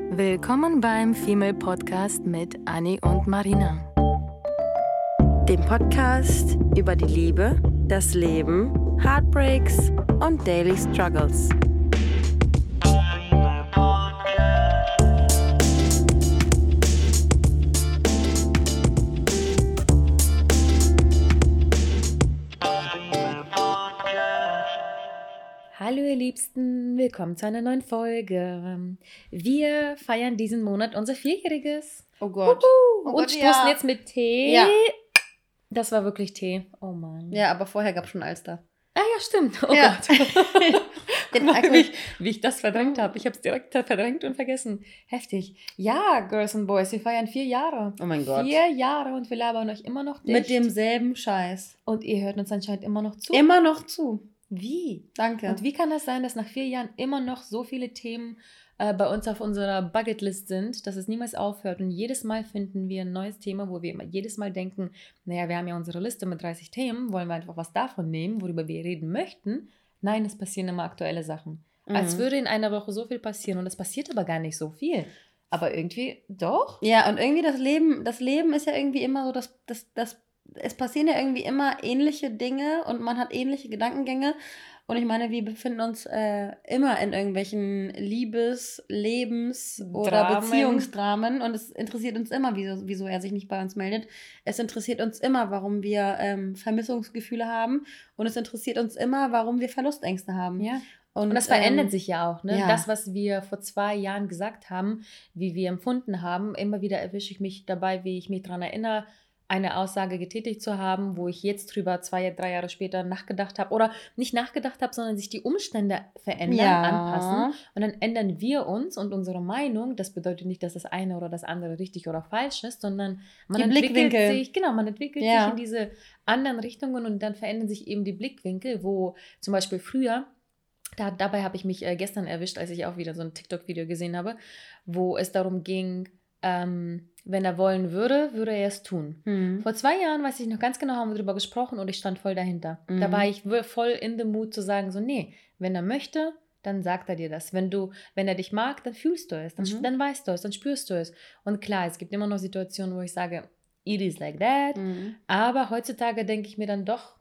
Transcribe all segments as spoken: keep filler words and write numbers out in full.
Willkommen beim Female Podcast mit Anni und Marina. Dem Podcast über die Liebe, das Leben, Heartbreaks und Daily Struggles. Hallo ihr Liebsten, willkommen zu einer neuen Folge. Wir feiern diesen Monat unser Vierjähriges. Oh Gott. Uhu. Oh Und Gott, stoßen ja. jetzt mit Tee. Ja. Das war wirklich Tee. Oh Mann. Ja, aber vorher gab es schon Alster. Ah ja, stimmt. Oh Ja. Gott. Den Guck mal, Alkohol- wie, ich, wie ich das verdrängt habe. Ich habe es direkt verdrängt und vergessen. Heftig. Ja, Girls and Boys, wir feiern vier Jahre. Oh mein Gott. Vier Jahre und wir labern euch immer noch dicht. Mit demselben Scheiß. Und ihr hört uns anscheinend immer noch zu. Immer noch zu. Wie? Danke. Und wie kann das sein, dass nach vier Jahren immer noch so viele Themen äh, bei uns auf unserer Bucketlist sind, dass es niemals aufhört? Und jedes Mal finden wir ein neues Thema, wo wir immer jedes Mal denken, naja, wir haben ja unsere Liste mit dreißig Themen, wollen wir einfach was davon nehmen, worüber wir reden möchten? Nein, es passieren immer aktuelle Sachen. Mhm. Als würde in einer Woche so viel passieren und es passiert aber gar nicht so viel. Aber irgendwie doch. Ja, und irgendwie das Leben, das Leben ist ja irgendwie immer so, dass das, das, es passieren ja irgendwie immer ähnliche Dinge und man hat ähnliche Gedankengänge. Und ich meine, wir befinden uns äh, immer in irgendwelchen Liebes-, Lebens- oder Dramen. Beziehungsdramen. Und es interessiert uns immer, wieso, wieso er sich nicht bei uns meldet. Es interessiert uns immer, warum wir ähm, Vermissungsgefühle haben. Und es interessiert uns immer, warum wir Verlustängste haben. Ja. Und, Und das verändert ähm, sich ja auch. Ne? ja. Das, was wir vor zwei Jahren gesagt haben, wie wir empfunden haben, immer wieder erwische ich mich dabei, wie ich mich daran erinnere, eine Aussage getätigt zu haben, wo ich jetzt drüber zwei, drei Jahre später nachgedacht habe oder nicht nachgedacht habe, sondern sich die Umstände verändern, Ja. anpassen und dann ändern wir uns und unsere Meinung. Das bedeutet nicht, dass das eine oder das andere richtig oder falsch ist, sondern man Die entwickelt Blickwinkel. sich, genau, man entwickelt Ja. sich in diese anderen Richtungen und dann verändern sich eben die Blickwinkel, wo zum Beispiel früher Da, dabei habe ich mich äh, gestern erwischt, als ich auch wieder so ein TikTok-Video gesehen habe, wo es darum ging, ähm, wenn er wollen würde, würde er es tun. Hm. Vor zwei Jahren, weiß ich noch ganz genau, haben wir darüber gesprochen und ich stand voll dahinter. Mhm. Da war ich w- voll in the mood zu sagen, so nee, wenn er möchte, dann sagt er dir das. Wenn du, wenn er dich mag, dann fühlst du es, dann, Mhm. dann weißt du es, dann spürst du es. Und klar, es gibt immer noch Situationen, wo ich sage, it is like that, Mhm. aber heutzutage denke ich mir dann doch,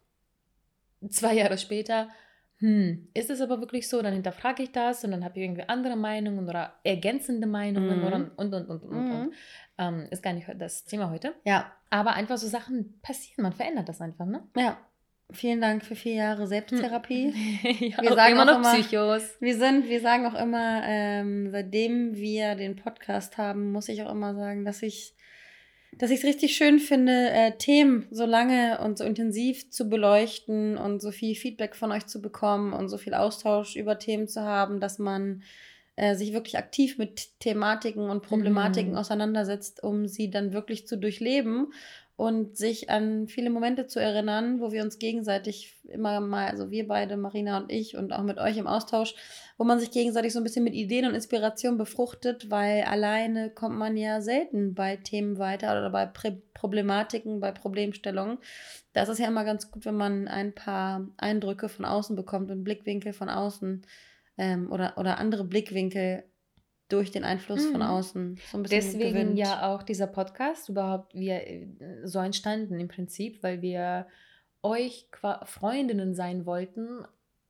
zwei Jahre später, hm, ist es aber wirklich so? Dann hinterfrage ich das und dann habe ich irgendwie andere Meinungen oder ergänzende Meinungen Mhm. oder und, und, und, und, Mhm. und. Ähm, ist gar nicht das Thema heute. Ja. Aber einfach so Sachen passieren, man verändert das einfach, ne? Ja, vielen Dank für vier Jahre Selbsttherapie. ja, Wir sagen immer auch noch immer- Psychos. Wir sind, wir sagen auch immer, ähm, seitdem wir den Podcast haben, muss ich auch immer sagen, dass ich dass ich es richtig schön finde, äh, Themen so lange und so intensiv zu beleuchten und so viel Feedback von euch zu bekommen und so viel Austausch über Themen zu haben, dass man äh, sich wirklich aktiv mit Thematiken und Problematiken Mhm. auseinandersetzt, um sie dann wirklich zu durchleben und sich an viele Momente zu erinnern, wo wir uns gegenseitig immer mal, also wir beide, Marina und ich und auch mit euch im Austausch, wo man sich gegenseitig so ein bisschen mit Ideen und Inspiration befruchtet, weil alleine kommt man ja selten bei Themen weiter oder bei Prä- Problematiken, bei Problemstellungen. Da ist es ja immer ganz gut, wenn man ein paar Eindrücke von außen bekommt und Blickwinkel von außen ähm, oder, oder andere Blickwinkel durch den Einfluss von Mhm. außen so ein bisschen Deswegen gewinnt. ja auch dieser Podcast überhaupt wir, so entstanden im Prinzip, weil wir euch qua- Freundinnen sein wollten,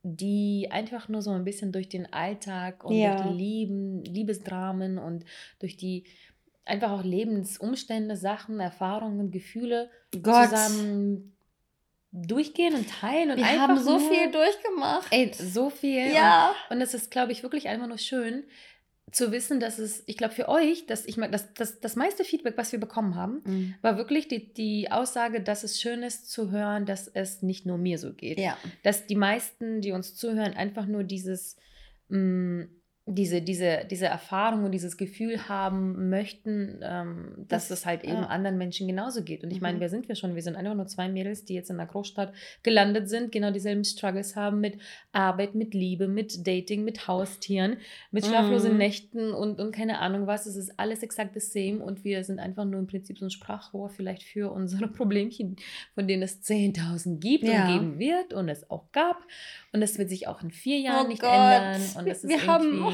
die einfach nur so ein bisschen durch den Alltag und Ja. durch die Lieben, Liebesdramen und durch die einfach auch Lebensumstände, Sachen, Erfahrungen, Gefühle Gott, zusammen durchgehen und teilen und wir einfach haben so nur, viel durchgemacht. ey, so viel. Ja. Und, und es ist, glaube ich, wirklich einfach nur schön zu wissen, dass es, ich glaube für euch, dass ich meine, das, das, das meiste Feedback, was wir bekommen haben, Mhm. war wirklich die, die Aussage, dass es schön ist zu hören, dass es nicht nur mir so geht. Ja. Dass die meisten, die uns zuhören, einfach nur dieses, mh, diese, diese, diese Erfahrung und dieses Gefühl haben möchten, ähm, dass Das- es halt eben ja. anderen Menschen genauso geht. Und ich meine, Mhm. wer sind wir schon? Wir sind einfach nur zwei Mädels, die jetzt in einer Großstadt gelandet sind, genau dieselben Struggles haben mit Arbeit, mit Liebe, mit Dating, mit Haustieren, mit schlaflosen Mhm. Nächten und, und keine Ahnung was. Es ist alles exakt das same und wir sind einfach nur im Prinzip so ein Sprachrohr vielleicht für unsere Problemchen, von denen es zehntausend gibt Ja. und geben wird und es auch gab. Und das wird sich auch in vier Jahren Oh nicht Gott. ändern. Und das ist Wir haben irgendwie-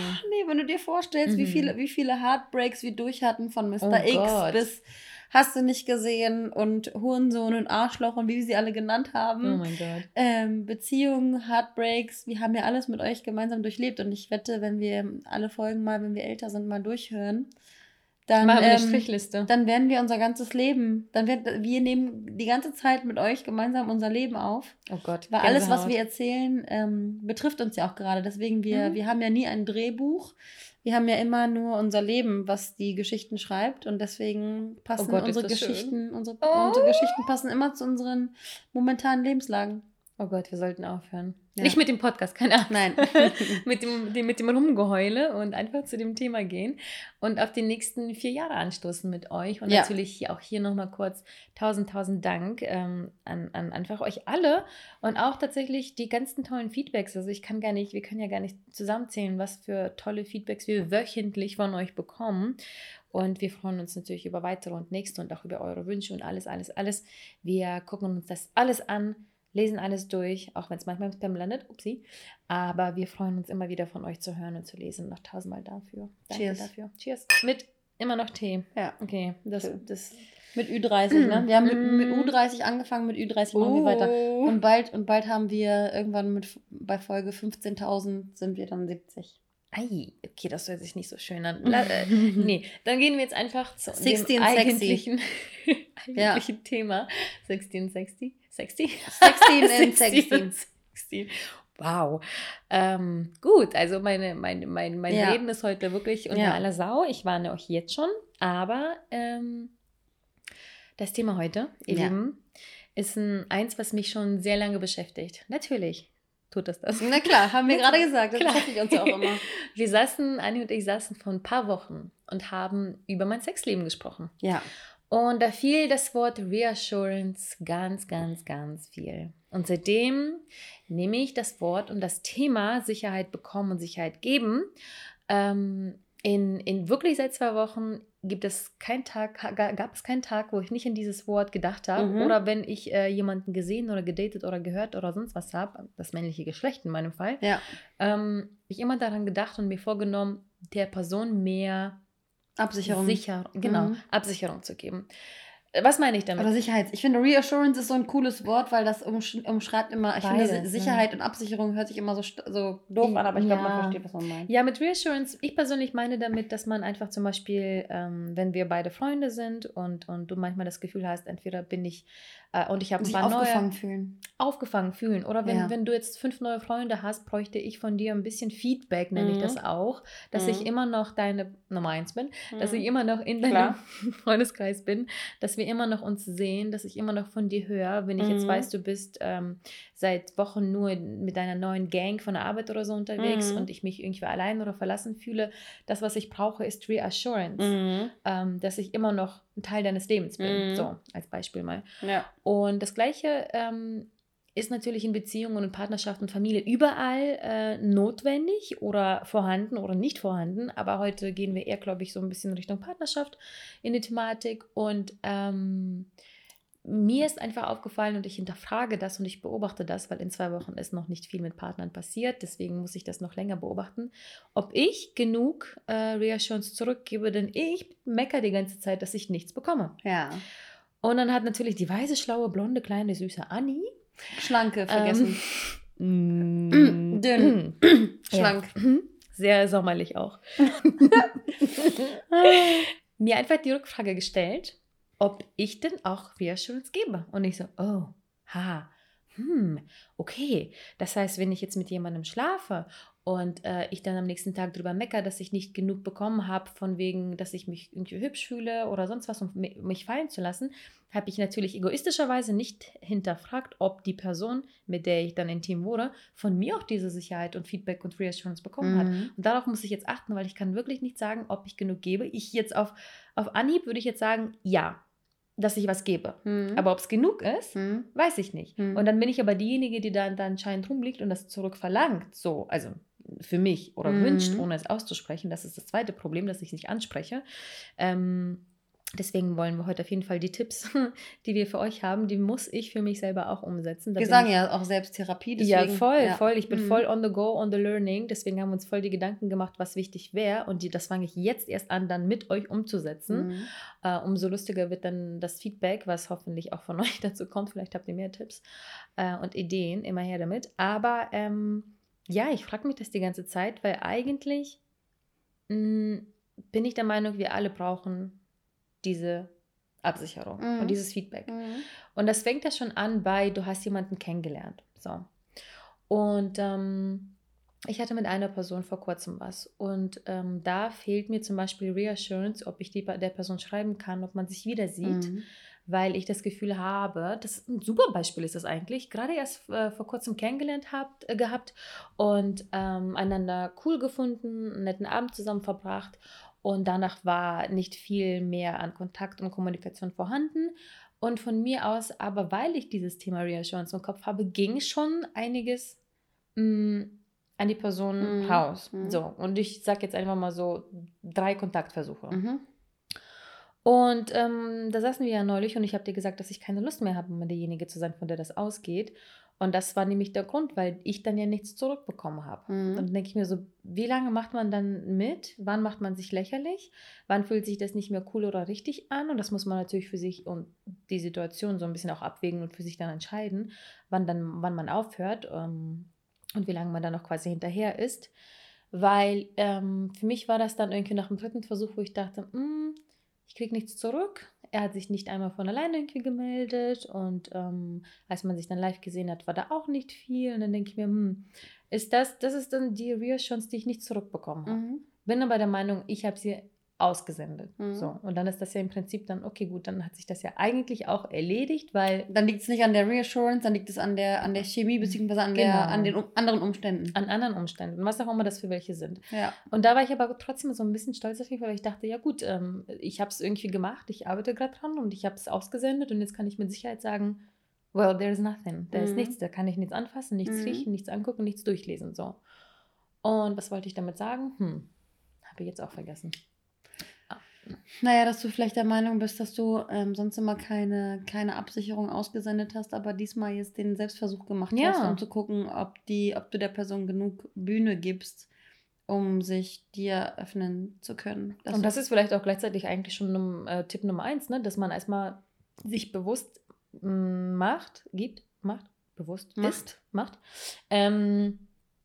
Nee, wenn du dir vorstellst, mhm. wie viele, wie viele Heartbreaks wir durch hatten von Mister Oh X Gott. bis Hast du nicht gesehen und Hurensohn und Arschloch und wie wir sie alle genannt haben. Oh mein Gott. Ähm, Beziehungen, Heartbreaks, wir haben ja alles mit euch gemeinsam durchlebt und ich wette, wenn wir alle Folgen mal, wenn wir älter sind, mal durchhören, dann, Machen wir eine ähm, Strichliste. dann werden wir unser ganzes Leben, dann werden wir nehmen die ganze Zeit mit euch gemeinsam unser Leben auf. Oh Gott. Weil alles, was Gänsehaut. wir erzählen, ähm, betrifft uns ja auch gerade. Deswegen, wir, Mhm. wir haben ja nie ein Drehbuch. Wir haben ja immer nur unser Leben, was die Geschichten schreibt. Und deswegen passen Oh Gott, ist unsere das schön. Geschichten, unsere, Oh. unsere Geschichten passen immer zu unseren momentanen Lebenslagen. Oh Gott, wir sollten aufhören. Ja. Nicht mit dem Podcast, keine Angst. Nein. mit, dem, dem, mit dem Rumgeheule und einfach zu dem Thema gehen und auf die nächsten vier Jahre anstoßen mit euch. Und Ja. natürlich hier auch hier nochmal kurz tausend, tausend Dank ähm, an, an einfach euch alle und auch tatsächlich die ganzen tollen Feedbacks. Also ich kann gar nicht, wir können ja gar nicht zusammenzählen, was für tolle Feedbacks wir wöchentlich von euch bekommen. Und wir freuen uns natürlich über weitere und nächste und auch über eure Wünsche und alles, alles, alles. Wir gucken uns das alles an, lesen alles durch, auch wenn es manchmal im Spam landet. Upsi. Aber wir freuen uns immer wieder von euch zu hören und zu lesen. Noch tausendmal dafür. Danke Cheers. dafür. Cheers. Mit immer noch Tee. Ja. Okay. Das, Cool. das Mit Ü dreißig, ne? Wir haben mit, Mm. mit U dreißig angefangen, mit Ü dreißig machen wir weiter. Oh. Und bald, und bald haben wir irgendwann mit bei Folge fünfzehntausend sind wir dann siebzig. Ei, okay, das hört sich nicht so schön an. La, äh, nee, dann gehen wir jetzt einfach zu sixty dem and sexy. eigentlichen, Ja. eigentlichen Thema. sixteen sexty? Sexty? sixteen and sixteen sexy. und sexty. Wow. Ähm, gut, also meine, meine, mein, mein Ja. Reden ist heute wirklich unter Ja. aller Sau. Ich warne euch jetzt schon. Aber ähm, das Thema heute, ihr Ja. Lieben, ist ein, eins, was mich schon sehr lange beschäftigt. Natürlich tut das das. Na klar, haben wir gerade gesagt. Das Klar. beschäftigt uns ja auch immer. Wir saßen, Anni und ich saßen vor ein paar Wochen und haben über mein Sexleben gesprochen. Ja. Und da fiel das Wort Reassurance ganz, ganz, ganz viel. Und seitdem nehme ich das Wort und das Thema Sicherheit bekommen und Sicherheit geben. Ähm, in, in wirklich seit zwei Wochen gibt es keinen Tag, ga- gab es keinen Tag, wo ich nicht an dieses Wort gedacht habe. Mhm. Oder wenn ich äh, jemanden gesehen oder gedatet oder gehört oder sonst was habe, das männliche Geschlecht in meinem Fall, Ja. ähm, ich immer daran gedacht und mir vorgenommen, der Person mehr Absicherung. Sicher, genau, Mhm. Absicherung zu geben. Äh, Was meine ich damit? Oder Sicherheit. Ich finde, Reassurance ist so ein cooles Wort, weil das umsch umschreibt immer, ich Beides, finde, ne? Sicherheit und Absicherung hört sich immer so, st- so doof an, aber ich glaube, Ja. man versteht, was man meint. Ja, mit Reassurance, ich persönlich meine damit, dass man einfach zum Beispiel, ähm, wenn wir beide Freunde sind und, und du manchmal das Gefühl hast, entweder bin ich äh, und ich habe ein Sich paar aufgefangen neue fühlen. aufgefangen fühlen. Oder wenn, Ja. wenn du jetzt fünf neue Freunde hast, bräuchte ich von dir ein bisschen Feedback, nenne ich Mhm. das auch, dass ich Mhm. immer noch deine Nummer eins bin, dass Mhm. ich immer noch in deinem Klar. Freundeskreis bin, dass wir immer noch uns sehen, dass ich immer noch von dir höre, wenn ich jetzt Mhm. weiß, du bist ähm, seit Wochen nur mit deiner neuen Gang von der Arbeit oder so unterwegs Mhm. und ich mich irgendwie allein oder verlassen fühle. Das, was ich brauche, ist Reassurance, Mhm. ähm, dass ich immer noch ein Teil deines Lebens bin. Mhm. So, als Beispiel mal. Ja. Und das Gleiche ähm, ist natürlich in Beziehungen und Partnerschaft und Familie überall äh, notwendig oder vorhanden oder nicht vorhanden. Aber heute gehen wir eher, glaube ich, so ein bisschen Richtung Partnerschaft in die Thematik. Und ähm, mir ist einfach aufgefallen und ich hinterfrage das und ich beobachte das, weil in zwei Wochen ist noch nicht viel mit Partnern passiert. Deswegen muss ich das noch länger beobachten, ob ich genug äh, Reassurance zurückgebe, denn ich meckere die ganze Zeit, dass ich nichts bekomme. Ja. Und dann hat natürlich die weiße, schlaue, blonde, kleine, süße Anni. Schlanke, vergessen. Ähm, Dünn. Schlank. Ja. Sehr sommerlich auch. Mir einfach die Rückfrage gestellt, ob ich denn auch Reassurance gebe. Und ich so, oh, ha, hm, okay. Das heißt, wenn ich jetzt mit jemandem schlafe und äh, ich dann am nächsten Tag drüber meckere, dass ich nicht genug bekommen habe, von wegen, dass ich mich irgendwie hübsch fühle oder sonst was, um mi- mich fallen zu lassen, habe ich natürlich egoistischerweise nicht hinterfragt, ob die Person, mit der ich dann intim wurde, von mir auch diese Sicherheit und Feedback und Reassurance bekommen hat. Mhm. Und darauf muss ich jetzt achten, weil ich kann wirklich nicht sagen, ob ich genug gebe. Ich jetzt auf, auf Anhieb würde ich jetzt sagen, ja, dass ich was gebe. Mhm. Aber ob es genug ist, Mhm. weiß ich nicht. Mhm. Und dann bin ich aber diejenige, die dann, dann anscheinend rumliegt und das zurückverlangt. So, also für mich oder Mhm. wünscht, ohne es auszusprechen. Das ist das zweite Problem, das ich nicht anspreche. Ähm, Deswegen wollen wir heute auf jeden Fall die Tipps, die wir für euch haben, die muss ich für mich selber auch umsetzen. Da wir bin sagen ich, ja auch Selbsttherapie, ja, deswegen. voll, ja. voll. Ich bin Mhm. voll on the go, on the learning. Deswegen haben wir uns voll die Gedanken gemacht, was wichtig wäre. Und die, das fange ich jetzt erst an, dann mit euch umzusetzen. Mhm. Äh, umso lustiger wird dann das Feedback, was hoffentlich auch von euch dazu kommt. Vielleicht habt ihr mehr Tipps äh, und Ideen. Immer her damit. Aber ähm, ja, ich frage mich das die ganze Zeit, weil eigentlich mh, bin ich der Meinung, wir alle brauchen diese Absicherung Mhm. und dieses Feedback. Mhm. Und das fängt ja schon an bei, du hast jemanden kennengelernt. So. Und ähm, ich hatte mit einer Person vor kurzem was. Und ähm, da fehlt mir zum Beispiel Reassurance, ob ich die, der Person schreiben kann, ob man sich wieder sieht, Mhm. weil ich das Gefühl habe, das ist ein super Beispiel ist das eigentlich, gerade erst äh, vor kurzem kennengelernt habt, äh, gehabt und ähm, einander cool gefunden, einen netten Abend zusammen verbracht. Und danach war nicht viel mehr an Kontakt und Kommunikation vorhanden. Und von mir aus, aber weil ich dieses Thema Reassurance im Kopf habe, ging schon einiges mh, an die Person Mhm. raus. Mhm. So, und ich sage jetzt einfach mal so drei Kontaktversuche. Mhm. Und ähm, da saßen wir ja neulich und ich habe dir gesagt, dass ich keine Lust mehr habe, immer diejenige zu sein, von der das ausgeht. Und das war nämlich der Grund, weil ich dann ja nichts zurückbekommen habe. Mhm. Und dann denke ich mir so, wie lange macht man dann mit? Wann macht man sich lächerlich? Wann fühlt sich das nicht mehr cool oder richtig an? Und das muss man natürlich für sich und die Situation so ein bisschen auch abwägen und für sich dann entscheiden, wann, dann, wann man aufhört ähm, und wie lange man dann noch quasi hinterher ist. Weil ähm, für mich war das dann irgendwie nach dem dritten Versuch, wo ich dachte, "Mm, ich kriege nichts zurück. Er hat sich nicht einmal von alleine irgendwie gemeldet und ähm, als man sich dann live gesehen hat, war da auch nicht viel. Und dann denke ich mir, hm, ist das, das ist dann die Reassurance, die ich nicht zurückbekommen habe. Mhm. Bin aber der Meinung, ich habe sie ausgesendet. Mhm. So. Und dann ist das ja im Prinzip dann, okay, gut, dann hat sich das ja eigentlich auch erledigt, weil Dann liegt es nicht an der Reassurance, dann liegt es an der, an der Chemie beziehungsweise an, Genau. der, an den um, anderen Umständen. an anderen Umständen, was auch immer das für welche sind. Ja. Und da war ich aber trotzdem so ein bisschen stolz auf mich, weil ich dachte, ja gut, ähm, ich habe es irgendwie gemacht, ich arbeite gerade dran und ich habe es ausgesendet und jetzt kann ich mit Sicherheit sagen, well, there is nothing, da ist Mhm. nichts, da kann ich nichts anfassen, nichts Mhm. riechen, nichts angucken, nichts durchlesen, so. Und was wollte ich damit sagen? Hm, habe ich jetzt auch vergessen. Naja, dass du vielleicht der Meinung bist, dass du ähm, sonst immer keine, keine Absicherung ausgesendet hast, aber diesmal jetzt den Selbstversuch gemacht Ja. hast, um zu gucken, ob, die, ob du der Person genug Bühne gibst, um sich dir öffnen zu können. Das Und das ist vielleicht auch gleichzeitig eigentlich schon num, äh, Tipp Nummer eins, ne? Dass man erstmal sich bewusst mm, macht, gibt, macht, bewusst Macht. ist, macht, ähm,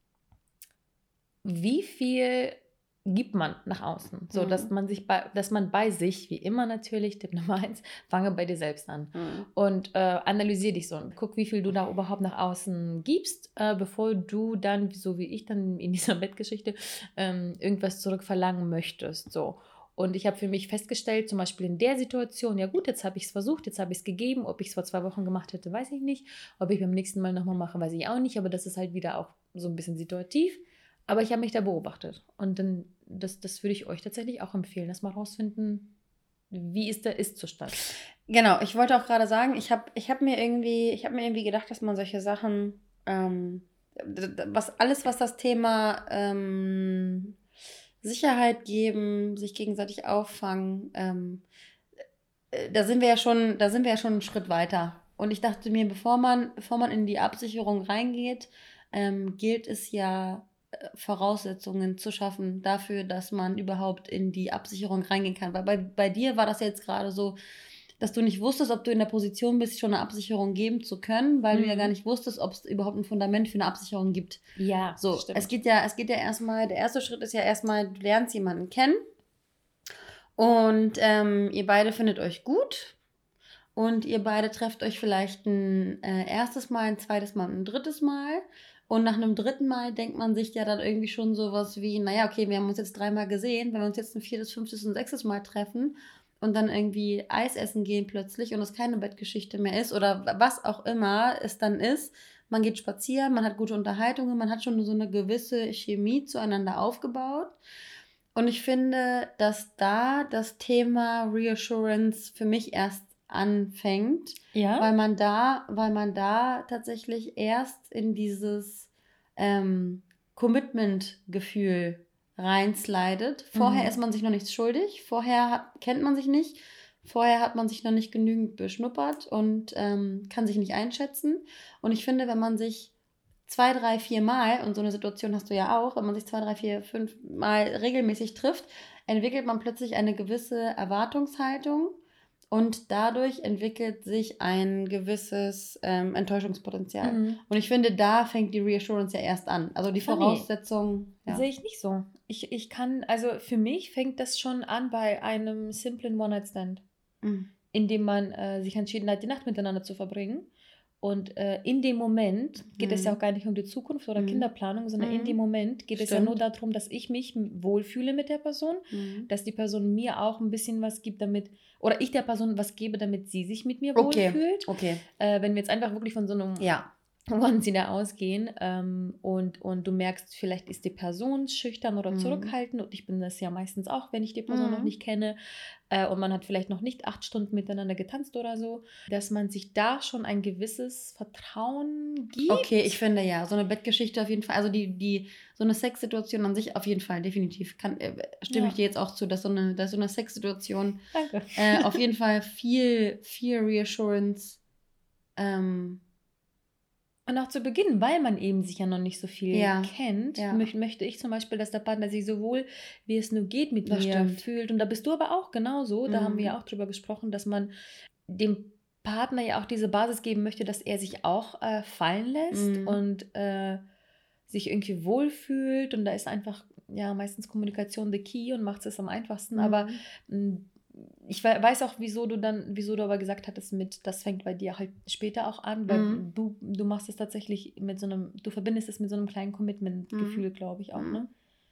wie viel gibt man nach außen, so Mhm. dass man sich bei, dass man bei sich, wie immer natürlich, Tipp Nummer eins, fange bei dir selbst an Mhm. und äh, analysiere dich so und guck, wie viel du da überhaupt nach außen gibst, äh, bevor du dann, so wie ich dann in dieser Bettgeschichte, ähm, irgendwas zurückverlangen möchtest, so. Und ich habe für mich festgestellt, zum Beispiel in der Situation, ja gut, jetzt habe ich es versucht, jetzt habe ich es gegeben, ob ich es vor zwei Wochen gemacht hätte, weiß ich nicht, ob ich beim nächsten Mal nochmal mache, weiß ich auch nicht, aber das ist halt wieder auch so ein bisschen situativ. Aber ich habe mich da beobachtet. Und dann, das, das würde ich euch tatsächlich auch empfehlen, dass mal rausfinden, wie ist der Ist-Zustand. Genau, ich wollte auch gerade sagen, ich habe ich hab mir irgendwie, ich habe mir irgendwie gedacht, dass man solche Sachen, ähm, d- d- was alles, was das Thema ähm, Sicherheit geben, sich gegenseitig auffangen, ähm, äh, da sind wir ja schon, da sind wir ja schon einen Schritt weiter. Und ich dachte mir, bevor man, bevor man in die Absicherung reingeht, ähm, gilt es ja, äh, Voraussetzungen zu schaffen dafür, dass man überhaupt in die Absicherung reingehen kann. Weil bei, bei dir war das jetzt gerade so, dass du nicht wusstest, ob du in der Position bist, schon eine Absicherung geben zu können, weil du ja Mhm. gar nicht wusstest, ob es überhaupt ein Fundament für eine Absicherung gibt. Ja, So, stimmt. es geht ja, es geht ja erstmal, der erste Schritt ist ja erstmal, du lernst jemanden kennen und ähm, ihr beide findet euch gut und ihr beide trefft euch vielleicht ein äh, erstes Mal, ein zweites Mal und ein drittes Mal. Und nach einem dritten Mal denkt man sich ja dann irgendwie schon sowas wie, naja, okay, wir haben uns jetzt dreimal gesehen, wenn wir uns jetzt ein viertes, fünftes und sechstes Mal treffen und dann irgendwie Eis essen gehen plötzlich und es keine Bettgeschichte mehr ist oder was auch immer es dann ist, man geht spazieren, man hat gute Unterhaltungen, man hat schon so eine gewisse Chemie zueinander aufgebaut. Und ich finde, dass da das Thema Reassurance für mich erst anfängt, Ja? weil man da, weil man da tatsächlich erst in dieses ähm, Commitment-Gefühl reinslidet. Vorher Mhm. ist man sich noch nichts schuldig, vorher hat, kennt man sich nicht, Vorher hat man sich noch nicht genügend beschnuppert und ähm, kann sich nicht einschätzen. Und ich finde, wenn man sich zwei, drei, vier Mal, und so eine Situation hast du ja auch, wenn man sich zwei, drei, vier, fünf Mal regelmäßig trifft, entwickelt man plötzlich eine gewisse Erwartungshaltung und dadurch entwickelt sich ein gewisses ähm, Enttäuschungspotenzial. Mhm. Und ich finde, da fängt die Reassurance ja erst an. Also die Ah, nee. Voraussetzung. Ja. Sehe ich nicht so. Ich, ich kann, also für mich fängt das schon an bei einem simplen One-Night-Stand, Mhm. in dem man äh, sich entschieden hat, die Nacht miteinander zu verbringen. Und äh, in dem Moment geht es ja Mhm. auch gar nicht um die Zukunft oder Mhm. Kinderplanung, sondern in Mhm. dem Moment geht es ja nur Stimmt. darum, dass ich mich m- wohlfühle mit der Person, Mhm. dass die Person mir auch ein bisschen was gibt, damit, oder ich der Person was gebe, damit sie sich mit mir Okay, wohlfühlt. okay. Äh, wenn wir jetzt einfach wirklich von so einem Ja. One-Seater ausgehen ähm, und, und du merkst, vielleicht ist die Person schüchtern oder Mhm. zurückhaltend und ich bin das ja meistens auch, wenn ich die Person noch Mhm. nicht kenne äh, und man hat vielleicht noch nicht acht Stunden miteinander getanzt oder so, dass man sich da schon ein gewisses Vertrauen gibt. Okay, ich finde ja, so eine Bettgeschichte auf jeden Fall, also die, die, so eine Sexsituation an sich auf jeden Fall, definitiv, kann, äh, stimme Ja. ich dir jetzt auch zu, dass so eine, dass so eine Sexsituation Danke. äh, auf jeden Fall viel, viel Reassurance ähm, Und auch zu Beginn, weil man eben sich ja noch nicht so viel Ja, kennt, ja. möcht, möchte ich zum Beispiel, dass der Partner sich so wohl, wie es nur geht, mit Das mir stimmt. fühlt. Und da bist du aber auch genauso. Da haben wir ja Mhm. auch drüber gesprochen, dass man dem Partner ja auch diese Basis geben möchte, dass er sich auch äh, fallen lässt Mhm. und äh, sich irgendwie wohlfühlt. Und da ist einfach ja meistens Kommunikation the key und macht es am einfachsten. Aber Mhm. mh, ich we- weiß auch, wieso du dann, wieso du aber gesagt hattest, mit, das fängt bei dir halt später auch an, weil Mhm. du, du machst es tatsächlich mit so einem, du verbindest es mit so einem kleinen Commitment-Gefühl, Mhm. glaube ich auch, Mhm. ne?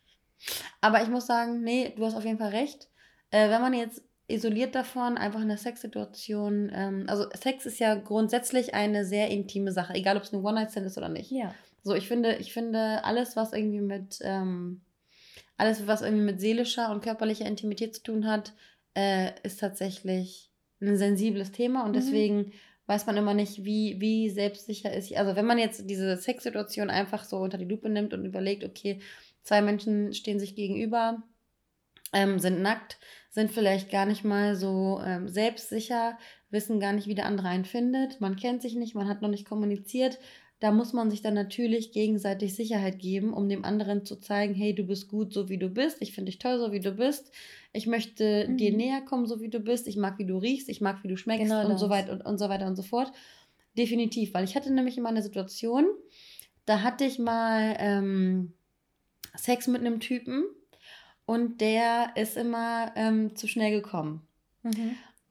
Aber ich muss sagen, nee, du hast auf jeden Fall recht. Äh, wenn man jetzt isoliert davon einfach in der Sexsituation, ähm, also Sex ist ja grundsätzlich eine sehr intime Sache, egal ob es ein One-Night-Stand ist oder nicht. Ja. So, ich finde, ich finde, alles, was irgendwie mit, ähm, alles, was irgendwie mit seelischer und körperlicher Intimität zu tun hat, äh, ist tatsächlich ein sensibles Thema und Mhm. deswegen weiß man immer nicht, wie, wie selbstsicher ist. Also wenn man jetzt diese Sexsituation einfach so unter die Lupe nimmt und überlegt, okay, zwei Menschen stehen sich gegenüber, ähm, sind nackt, sind vielleicht gar nicht mal so ähm, selbstsicher, wissen gar nicht, wie der andere einen findet, man kennt sich nicht, man hat noch nicht kommuniziert. Da muss man sich dann natürlich gegenseitig Sicherheit geben, um dem anderen zu zeigen, hey, du bist gut, so wie du bist, ich finde dich toll, so wie du bist, ich möchte dir Mhm. näher kommen, so wie du bist, ich mag, wie du riechst, ich mag, wie du schmeckst Genau und so das. weiter und, und so weiter und so fort. Definitiv, weil ich hatte nämlich immer eine Situation, da hatte ich mal ähm, Sex mit einem Typen und der ist immer ähm, zu schnell gekommen. Mhm.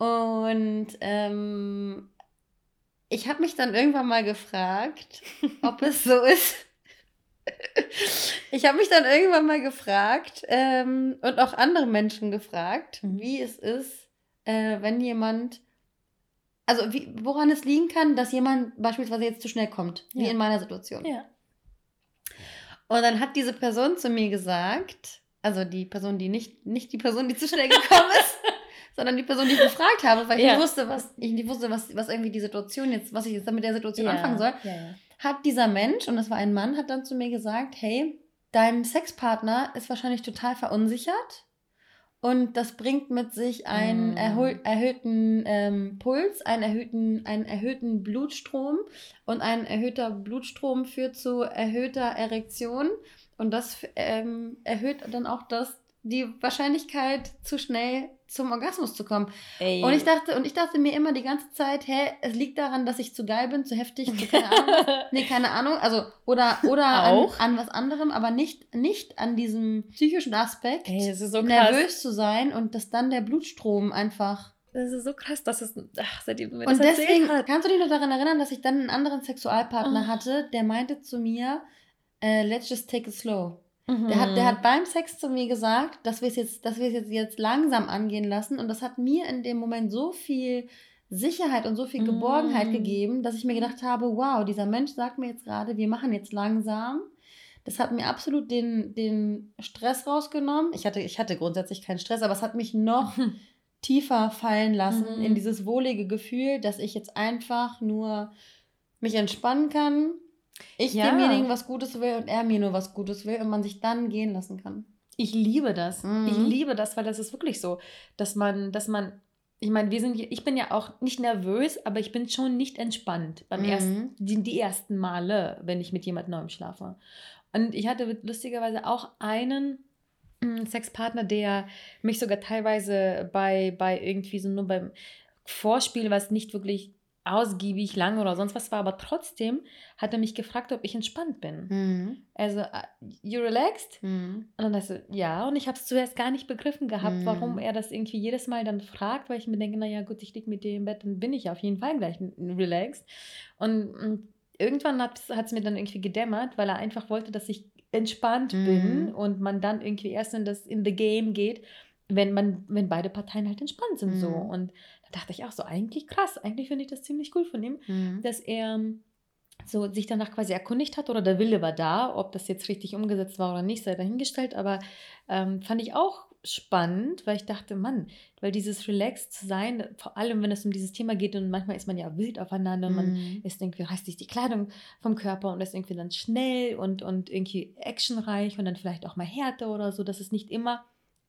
Und ähm, ich habe mich dann irgendwann mal gefragt, ob es so ist. Ich habe mich dann irgendwann mal gefragt ähm, und auch andere Menschen gefragt, Mhm. wie es ist, äh, wenn jemand, also wie, woran es liegen kann, dass jemand beispielsweise jetzt zu schnell kommt, wie Ja. in meiner Situation. Ja. Und dann hat diese Person zu mir gesagt, also die Person, die nicht, nicht die Person, die zu schnell gekommen ist, sondern die Person, die ich gefragt habe, weil ich Ja. nicht wusste, was, ich nicht wusste, was, was irgendwie die Situation jetzt, was ich jetzt mit der Situation Ja. anfangen soll, Ja, ja. hat dieser Mensch, und das war ein Mann, hat dann zu mir gesagt, hey, dein Sexpartner ist wahrscheinlich total verunsichert und das bringt mit sich einen Mm. erhö erhöhten ähm, Puls, einen erhöhten, einen erhöhten Blutstrom und ein erhöhter Blutstrom führt zu erhöhter Erektion und das ähm, erhöht dann auch das, die Wahrscheinlichkeit, zu schnell zum Orgasmus zu kommen. Ey. Und ich dachte, und ich dachte mir immer die ganze Zeit, hä, es liegt daran, dass ich zu geil bin, zu heftig, zu keine Ahnung was. Nee, keine Ahnung. Also, oder, oder an, Auch? an was anderem, aber nicht, nicht an diesem psychischen Aspekt, Ey, das ist so krass. nervös zu sein und dass dann der Blutstrom einfach. Das ist so krass, dass es, ach, seitdem du mir Und das erzählt deswegen, hast. kannst du dich noch daran erinnern, dass ich dann einen anderen Sexualpartner Oh. hatte, der meinte zu mir, äh, let's just take it slow. Mhm. Der hat, der hat beim Sex zu mir gesagt, dass wir es jetzt, dass wir es jetzt, jetzt langsam angehen lassen. Und das hat mir in dem Moment so viel Sicherheit und so viel Geborgenheit Mm. gegeben, dass ich mir gedacht habe, wow, dieser Mensch sagt mir jetzt gerade, wir machen jetzt langsam. Das hat mir absolut den, den Stress rausgenommen. Ich hatte, ich hatte grundsätzlich keinen Stress, aber es hat mich noch tiefer fallen lassen Mhm. in dieses wohlige Gefühl, dass ich jetzt einfach nur mich entspannen kann. Ich Ja. demjenigen was Gutes will und er mir nur was Gutes will und man sich dann gehen lassen kann. Ich liebe das. Mhm. Ich liebe das, weil das ist wirklich so, dass man, dass man ich meine, wir sind, ich bin ja auch nicht nervös, aber ich bin schon nicht entspannt beim Mhm. ersten, die, die ersten Male, wenn ich mit jemand Neuem schlafe. Und ich hatte lustigerweise auch einen mm, Sexpartner, der mich sogar teilweise bei, bei irgendwie so nur beim Vorspiel, was nicht wirklich ausgiebig lang oder sonst was war, aber trotzdem hat er mich gefragt, ob ich entspannt bin. Mhm. Also, uh, you relaxed? Mhm. Und dann dachte ich, ja, und ich habe es zuerst gar nicht begriffen gehabt, warum Mhm. er das irgendwie jedes Mal dann fragt, weil ich mir denke, naja, gut, ich liege mit dir im Bett, dann bin ich auf jeden Fall gleich n- relaxed. Und, und irgendwann hat es mir dann irgendwie gedämmert, weil er einfach wollte, dass ich entspannt bin Mhm. und man dann irgendwie erst in das in the game geht, wenn man, wenn beide Parteien halt entspannt sind so. Mhm. Und da dachte ich auch so, eigentlich krass, eigentlich finde ich das ziemlich cool von ihm, Mhm. dass er so sich danach quasi erkundigt hat oder der Wille war da, ob das jetzt richtig umgesetzt war oder nicht, sei dahingestellt, aber ähm, fand ich auch spannend, weil ich dachte, Mann, weil dieses relaxed zu sein, vor allem wenn es um dieses Thema geht und manchmal ist man ja wild aufeinander und man Mhm. ist irgendwie, reißt sich die Kleidung vom Körper und ist irgendwie dann schnell und, und irgendwie actionreich und dann vielleicht auch mal härter oder so, dass es nicht immer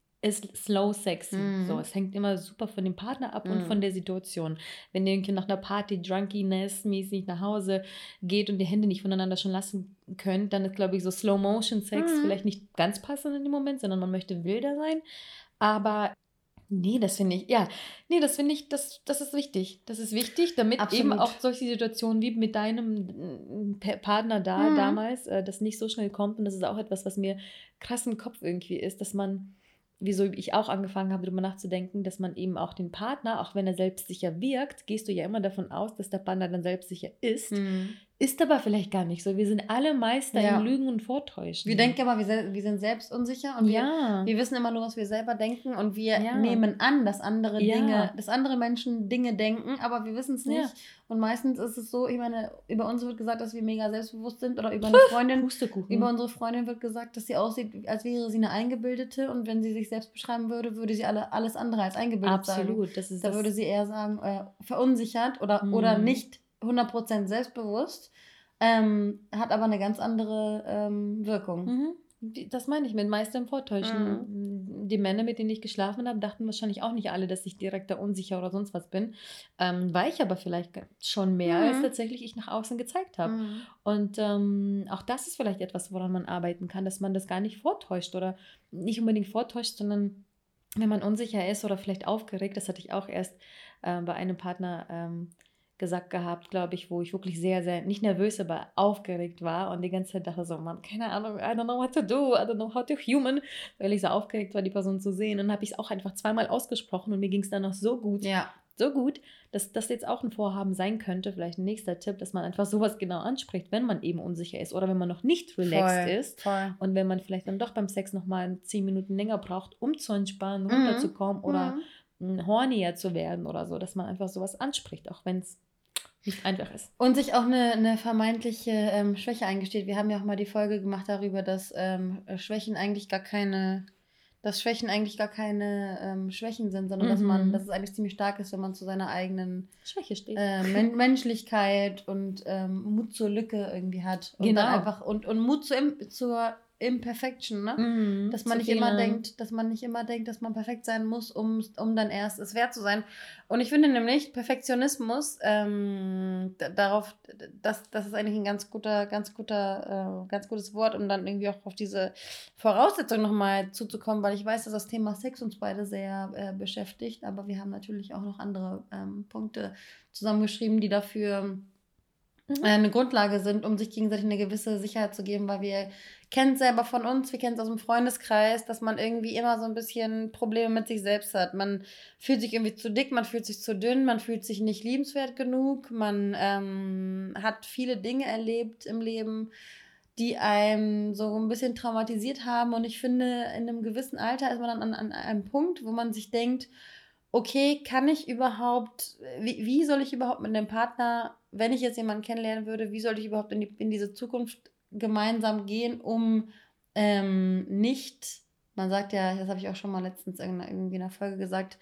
ist slow sexy. Mhm. So, es hängt immer super von dem Partner ab und von Mhm. der Situation. Wenn ihr irgendwie nach einer Party Drunkiness-mäßig nach Hause geht und die Hände nicht voneinander schon lassen könnt, dann ist, glaube ich, so Slow Motion Sex Mhm. vielleicht nicht ganz passend in dem Moment, sondern man möchte wilder sein. Aber nee, das finde ich, ja, nee, das finde ich, das, das ist wichtig. Das ist wichtig, damit eben Absolut. auch solche Situationen wie mit deinem mm, Pa- Partner da Mhm. damals, äh, das nicht so schnell kommt. Und das ist auch etwas, was mir krass im Kopf irgendwie ist, dass man, wieso ich auch angefangen habe, darüber nachzudenken, dass man eben auch den Partner, auch wenn er selbstsicher wirkt, gehst du ja immer davon aus, dass der Partner dann selbstsicher ist. Mhm. Ist aber vielleicht gar nicht so. Wir sind alle Meister Ja. im Lügen und Vortäuschen. Wir denken immer, wir, se- wir sind selbst unsicher und ja. wir, wir wissen immer nur, was wir selber denken und wir Ja. nehmen an, dass andere Ja. Dinge, dass andere Menschen Dinge denken, aber wir wissen es nicht. Ja. Und meistens ist es so, ich meine, über uns wird gesagt, dass wir mega selbstbewusst sind oder über eine Freundin, Pustekuchen. über unsere Freundin wird gesagt, dass sie aussieht, als wäre sie eine Eingebildete und wenn sie sich selbst beschreiben würde, würde sie alle, alles andere als eingebildet sagen. Absolut. Das ist Da das. würde sie eher sagen, äh, verunsichert oder, Mhm. oder nicht hundert Prozent selbstbewusst. Ähm, hat aber eine ganz andere ähm, Wirkung. Mhm. Die- Das meine ich mit Meister im Vortäuschen. Die Männer, mit denen ich geschlafen habe, dachten wahrscheinlich auch nicht alle, dass ich direkt da unsicher oder sonst was bin. Ähm, war ich aber vielleicht schon mehr, Mhm. als tatsächlich ich nach außen gezeigt habe. Mhm. Und ähm, auch das ist vielleicht etwas, woran man arbeiten kann, dass man das gar nicht vortäuscht oder nicht unbedingt vortäuscht, sondern wenn man unsicher ist oder vielleicht aufgeregt, das hatte ich auch erst äh, bei einem Partner ähm, gesagt gehabt, glaube ich, wo ich wirklich sehr, sehr, nicht nervös, aber aufgeregt war und die ganze Zeit dachte so, Mann, keine Ahnung, I don't know what to do, I don't know how to human, weil ich so aufgeregt war, die Person zu sehen. Und dann habe ich es auch einfach zweimal ausgesprochen und mir ging es dann noch so gut, Ja. so gut, dass das jetzt auch ein Vorhaben sein könnte, vielleicht ein nächster Tipp, dass man einfach sowas genau anspricht, wenn man eben unsicher ist oder wenn man noch nicht relaxed Voll, ist voll. und wenn man vielleicht dann doch beim Sex nochmal zehn Minuten länger braucht, um zu entspannen, Mhm. runterzukommen oder Mhm. hornier zu werden oder so, dass man einfach sowas anspricht, auch wenn es nicht einfach ist. Und sich auch eine, eine vermeintliche ähm, Schwäche eingesteht. Wir haben ja auch mal die Folge gemacht darüber, dass ähm, Schwächen eigentlich gar keine, dass Schwächen eigentlich gar keine ähm, Schwächen sind, sondern dass man, Mhm. dass es eigentlich ziemlich stark ist, wenn man zu seiner eigenen Schwäche steht. äh, Men Menschlichkeit und ähm, Mut zur Lücke irgendwie hat. Und Genau. dann einfach und, und Mut zur, Im zur Imperfection, ne? Mhm. Dass man Zu nicht immer Fehlern. denkt, dass man nicht immer denkt, dass man perfekt sein muss, um, um dann erst es wert zu sein. Und ich finde nämlich, Perfektionismus, ähm, d- darauf, d- das, das ist eigentlich ein ganz guter, ganz guter, äh, ganz gutes Wort, um dann irgendwie auch auf diese Voraussetzung nochmal zuzukommen, weil ich weiß, dass das Thema Sex uns beide sehr äh, beschäftigt, aber wir haben natürlich auch noch andere ähm, Punkte zusammengeschrieben, die dafür Mhm. äh, eine Grundlage sind, um sich gegenseitig eine gewisse Sicherheit zu geben, weil wir kennen es selber von uns, wir kennen es aus dem Freundeskreis, dass man irgendwie immer so ein bisschen Probleme mit sich selbst hat. Man fühlt sich irgendwie zu dick, man fühlt sich zu dünn, man fühlt sich nicht liebenswert genug, man ähm, hat viele Dinge erlebt im Leben, die einem so ein bisschen traumatisiert haben. Und ich finde, in einem gewissen Alter ist man dann an, an einem Punkt, wo man sich denkt, okay, kann ich überhaupt, wie, wie soll ich überhaupt mit einem Partner, wenn ich jetzt jemanden kennenlernen würde, wie soll ich überhaupt in, die, in diese Zukunft gemeinsam gehen, um ähm, nicht, man sagt ja, das habe ich auch schon mal letztens in, irgendwie in einer Folge gesagt,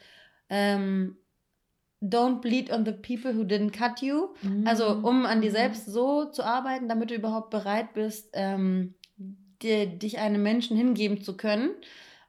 ähm, don't bleed on the people who didn't cut you. Also um an dir Mhm. selbst so zu arbeiten, damit du überhaupt bereit bist, ähm, dir, dich einem Menschen hingeben zu können.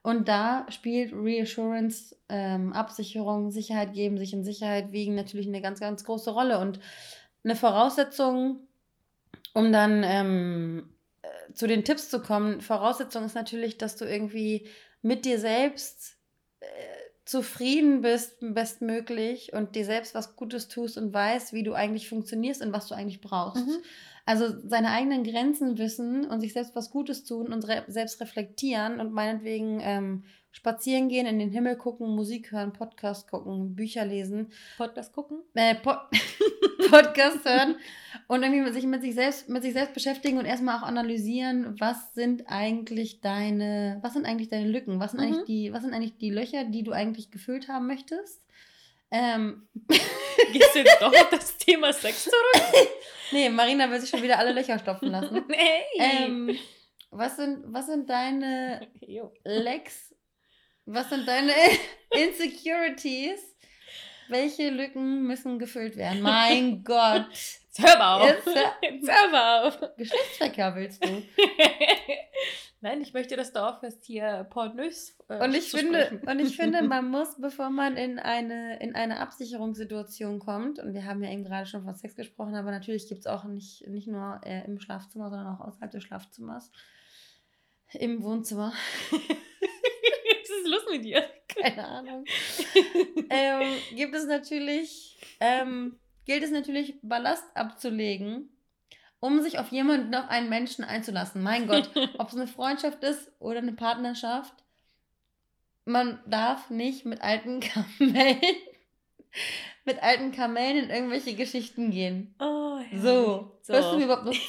Und da spielt Reassurance, ähm, Absicherung, Sicherheit geben, sich in Sicherheit wiegen natürlich eine ganz, ganz große Rolle. Und eine Voraussetzung, um dann ähm, äh, zu den Tipps zu kommen, Voraussetzung ist natürlich, dass du irgendwie mit dir selbst äh, zufrieden bist, bestmöglich und dir selbst was Gutes tust und weißt, wie du eigentlich funktionierst und was du eigentlich brauchst. Mhm. Also seine eigenen Grenzen wissen und sich selbst was Gutes tun und re- selbst reflektieren und meinetwegen ähm, spazieren gehen, in den Himmel gucken, Musik hören, Podcast gucken, Bücher lesen, Podcast gucken? äh, po Podcast hören und irgendwie mit sich mit sich selbst mit sich selbst beschäftigen und erstmal auch analysieren, was sind eigentlich deine, was sind eigentlich deine Lücken, was sind Mhm. eigentlich die, was sind eigentlich die Löcher, die du eigentlich gefüllt haben möchtest. Ähm, Gehst du jetzt doch auf das Thema Sex zurück? nee, Marina will sich schon wieder alle Löcher stopfen lassen. Hey. Ähm, was sind, was sind deine Jo. Lecks? Was sind deine Insecurities? Welche Lücken müssen gefüllt werden? Mein Gott. Jetzt hör mal auf. Jetzt hör- Jetzt hör mal auf. Geschlechtsverkehr willst du? Nein, ich möchte, dass du aufhörst, hier pornös äh, Und ich zu finde, sprechen. und ich finde, man muss, bevor man in eine, in eine Absicherungssituation kommt, und wir haben ja eben gerade schon von Sex gesprochen, aber natürlich gibt es auch nicht, nicht nur äh, im Schlafzimmer, sondern auch außerhalb des Schlafzimmers, im Wohnzimmer, Was ist los mit dir? keine Ahnung, ähm, gibt es natürlich, ähm, gilt es natürlich, Ballast abzulegen, um sich auf jemanden, auf einen Menschen einzulassen. Mein Gott, ob es eine Freundschaft ist oder eine Partnerschaft, man darf nicht mit alten Kamellen, mit alten Kamellen in irgendwelche Geschichten gehen. Oh, herrlich. So, So. hörst du mir überhaupt noch zu?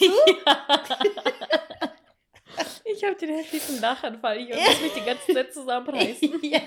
Ich habe den heftigsten Lachanfall. Ich muss mich die ganze Zeit zusammenreißen. Ja.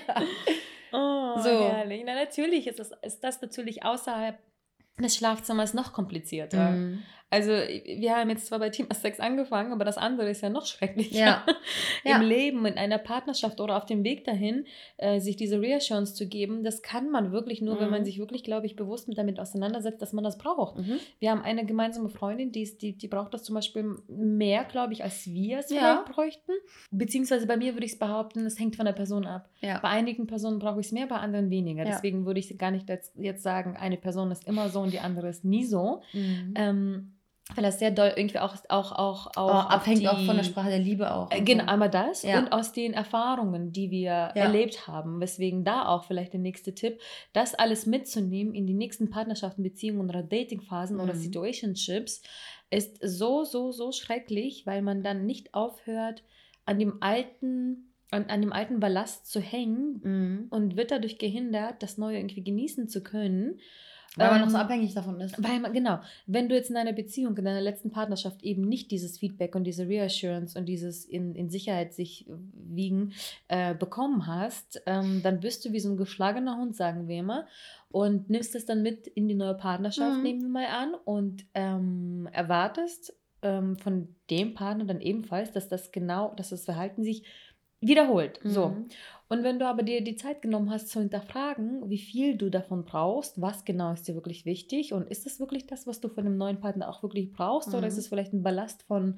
Oh, So. herrlich. Na, natürlich ist das, ist das natürlich außerhalb des Schlafzimmers noch komplizierter. Mhm. Also, wir haben jetzt zwar bei Thema Sex angefangen, aber das andere ist ja noch schrecklicher. Ja. Ja. Im Leben, in einer Partnerschaft oder auf dem Weg dahin, äh, sich diese Reassurance zu geben, das kann man wirklich nur, wenn man Mhm. sich wirklich, glaube ich, bewusst mit damit auseinandersetzt, dass man das braucht. Mhm. Wir haben eine gemeinsame Freundin, die, ist, die, die braucht das zum Beispiel mehr, glaube ich, als wir es Ja. vielleicht bräuchten. Beziehungsweise bei mir würde ich es behaupten, es hängt von der Person ab. Ja. Bei einigen Personen brauche ich es mehr, bei anderen weniger. Ja. Deswegen würde ich gar nicht jetzt, jetzt sagen, eine Person ist immer so und die andere ist nie so. Mhm. Ähm, weil das sehr doll irgendwie auch, auch, auch, auch Oh, auf abhängt die, auch von der Sprache der Liebe auch. Äh, und Genau, so. einmal das Ja. und aus den Erfahrungen, die wir Ja. erlebt haben. Weswegen da auch vielleicht der nächste Tipp, das alles mitzunehmen in die nächsten Partnerschaften, Beziehungen oder Datingphasen oder Mhm. Situationships, ist so, so, so schrecklich, weil man dann nicht aufhört, an dem alten, an, an dem alten Ballast zu hängen Mhm. und wird dadurch gehindert, das Neue irgendwie genießen zu können. Weil man noch so Ähm, abhängig davon ist. Weil man, genau, wenn du jetzt in einer Beziehung, in deiner letzten Partnerschaft eben nicht dieses Feedback und diese Reassurance und dieses in, in Sicherheit sich wiegen äh, bekommen hast, ähm, dann bist du wie so ein geschlagener Hund, sagen wir immer, und nimmst es dann mit in die neue Partnerschaft, Mhm. nehmen wir mal an, und ähm, erwartest ähm, von dem Partner dann ebenfalls, dass das genau, dass das Verhalten sich wiederholt. So. Mhm. Und wenn du aber dir die Zeit genommen hast zu hinterfragen, wie viel du davon brauchst, was genau ist dir wirklich wichtig und ist das wirklich das, was du von dem neuen Partner auch wirklich brauchst, oder Mhm. ist es vielleicht ein Ballast von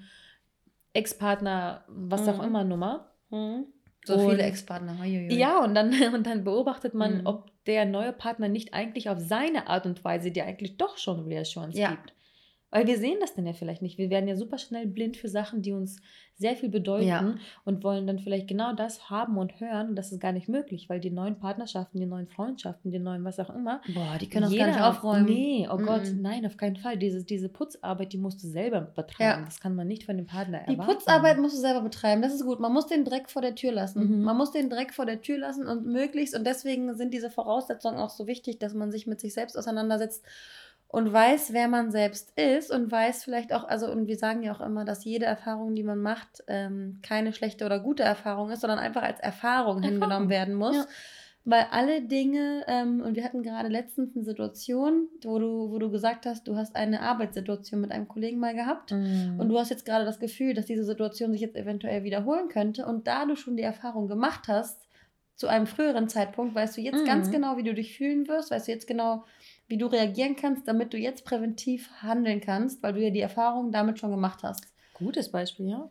Ex-Partner, was auch Mhm. immer Nummer? Mhm. So Und- viele Ex-Partner. Uiuiui. Ja, und dann, und dann beobachtet man, Mhm. ob der neue Partner nicht eigentlich auf seine Art und Weise dir eigentlich doch schon Reassurance Ja. gibt. Weil wir sehen das dann ja vielleicht nicht. Wir werden ja super schnell blind für Sachen, die uns sehr viel bedeuten, Ja. und wollen dann vielleicht genau das haben und hören. Und das ist gar nicht möglich, weil die neuen Partnerschaften, die neuen Freundschaften, die neuen was auch immer. Boah, die können auch jeder, gar nicht aufräumen. Nee, oh Mhm. Gott, nein, auf keinen Fall. Diese, diese Putzarbeit, die musst du selber betreiben. Ja. Das kann man nicht von dem Partner Die erwarten. Putzarbeit musst du selber betreiben. Das ist gut. Man muss den Dreck vor der Tür lassen. Mhm. Man muss den Dreck vor der Tür lassen und möglichst, und deswegen sind diese Voraussetzungen auch so wichtig, dass man sich mit sich selbst auseinandersetzt und weiß, wer man selbst ist und weiß vielleicht auch, also, und wir sagen ja auch immer, dass jede Erfahrung, die man macht, ähm, keine schlechte oder gute Erfahrung ist, sondern einfach als Erfahrung, Erfahrung. hingenommen werden muss. Ja. Weil alle Dinge, ähm, und wir hatten gerade letztens eine Situation, wo du, wo du gesagt hast, du hast eine Arbeitssituation mit einem Kollegen mal gehabt. Mhm. Und du hast jetzt gerade das Gefühl, dass diese Situation sich jetzt eventuell wiederholen könnte. Und da du schon die Erfahrung gemacht hast, zu einem früheren Zeitpunkt, weißt du jetzt Mhm. ganz genau, wie du dich fühlen wirst, weißt du jetzt genau, wie du reagieren kannst, damit du jetzt präventiv handeln kannst, weil du ja die Erfahrung damit schon gemacht hast. Gutes Beispiel, ja.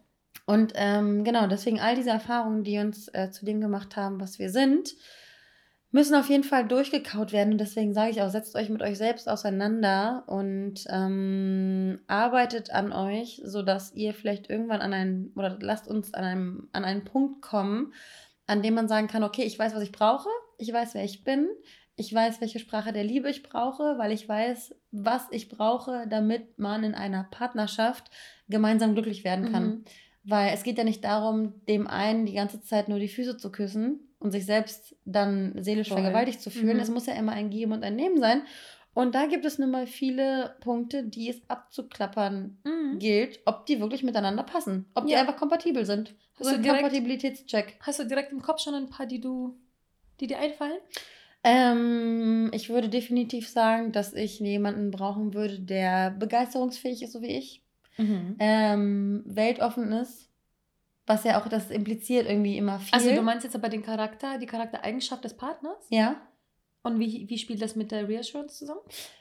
Und ähm, genau, deswegen all diese Erfahrungen, die uns äh, zu dem gemacht haben, was wir sind, müssen auf jeden Fall durchgekaut werden. Und deswegen sage ich auch, setzt euch mit euch selbst auseinander und ähm, arbeitet an euch, sodass ihr vielleicht irgendwann an einen, oder lasst uns an, einem, an einen Punkt kommen, an dem man sagen kann, okay, ich weiß, was ich brauche, ich weiß, wer ich bin, ich weiß, welche Sprache der Liebe ich brauche, weil ich weiß, was ich brauche, damit man in einer Partnerschaft gemeinsam glücklich werden kann. Mhm. Weil es geht ja nicht darum, dem einen die ganze Zeit nur die Füße zu küssen und sich selbst dann seelisch Voll. vergewaltigt zu fühlen. Mhm. Es muss ja immer ein Geben und ein Nehmen sein. Und da gibt es nun mal viele Punkte, die es abzuklappern mhm. gilt, ob die wirklich miteinander passen. Ob ja. die einfach kompatibel sind. Hast so ein Kompatibilitätscheck. Hast du direkt im Kopf schon ein paar, die, du, die dir einfallen? Ähm, ich würde definitiv sagen, dass ich jemanden brauchen würde, der begeisterungsfähig ist, so wie ich. Mhm. Ähm, weltoffen ist, was ja auch das impliziert irgendwie immer viel. Also du meinst jetzt aber den Charakter, die Charaktereigenschaft des Partners? Ja. Und wie, wie spielt das mit der Reassurance zusammen?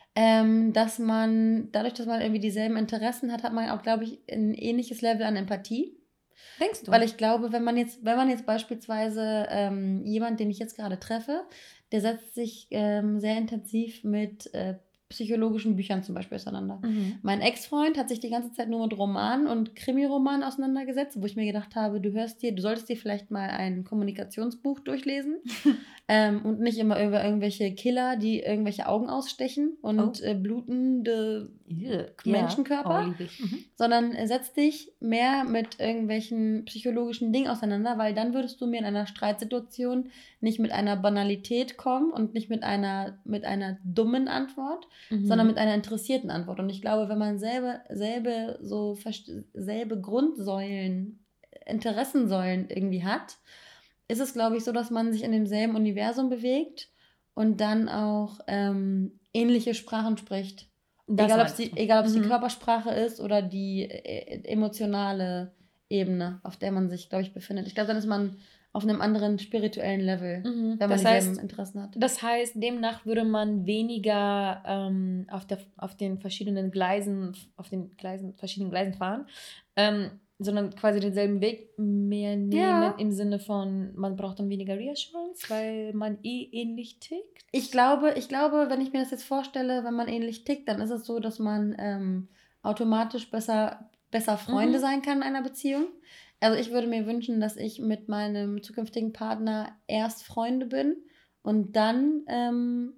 Ähm, dass man, dadurch, dass man irgendwie dieselben Interessen hat, hat man auch, glaube ich, ein ähnliches Level an Empathie. Denkst du? Weil ich glaube, wenn man jetzt, wenn man jetzt beispielsweise ähm, jemand, den ich jetzt gerade treffe, der setzt sich ähm, sehr intensiv mit äh, psychologischen Büchern zum Beispiel auseinander. Mhm. Mein Ex-Freund hat sich die ganze Zeit nur mit Romanen und Krimiromanen auseinandergesetzt, wo ich mir gedacht habe, du hörst dir, du solltest dir vielleicht mal ein Kommunikationsbuch durchlesen ähm, und nicht immer über irgendwelche Killer, die irgendwelche Augen ausstechen und oh. äh, blutende yeah. Menschenkörper, oh, mhm. sondern äh, setz dich mehr mit irgendwelchen psychologischen Dingen auseinander, weil dann würdest du mir in einer Streitsituation nicht mit einer Banalität kommen und nicht mit einer, mit einer dummen Antwort, Mhm. sondern mit einer interessierten Antwort. Und ich glaube, wenn man selber, selbe, so, selbe Grundsäulen, Interessensäulen irgendwie hat, ist es, glaube ich, so, dass man sich in demselben Universum bewegt und dann auch ähm, ähnliche Sprachen spricht. Das egal, ob es die, egal, ob es mhm. die Körpersprache ist oder die äh, emotionale Ebene, auf der man sich, glaube ich, befindet. Ich glaube, dann ist man auf einem anderen spirituellen Level, mhm. wenn man das dieselben heißt, Interessen hat. Das heißt, demnach würde man weniger ähm, auf, der, auf den verschiedenen Gleisen, auf den Gleisen, verschiedenen Gleisen fahren, ähm, sondern quasi denselben Weg mehr nehmen ja. im Sinne von, man braucht dann weniger Reassurance, weil man eh ähnlich tickt. Ich glaube, ich glaube, wenn ich mir das jetzt vorstelle, wenn man ähnlich tickt, dann ist es so, dass man ähm, automatisch besser, besser Freunde mhm. sein kann in einer Beziehung. Also ich würde mir wünschen, dass ich mit meinem zukünftigen Partner erst Freunde bin und dann ähm,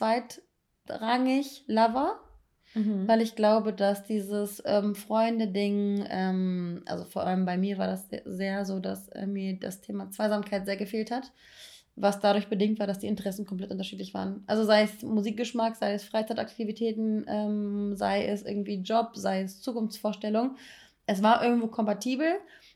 zweitrangig Lover, mhm. weil ich glaube, dass dieses ähm, Freunde-Ding, ähm, also vor allem bei mir war das sehr so, dass äh, mir das Thema Zweisamkeit sehr gefehlt hat, was dadurch bedingt war, dass die Interessen komplett unterschiedlich waren. Also sei es Musikgeschmack, sei es Freizeitaktivitäten, ähm, sei es irgendwie Job, sei es Zukunftsvorstellung. Es war irgendwo kompatibel.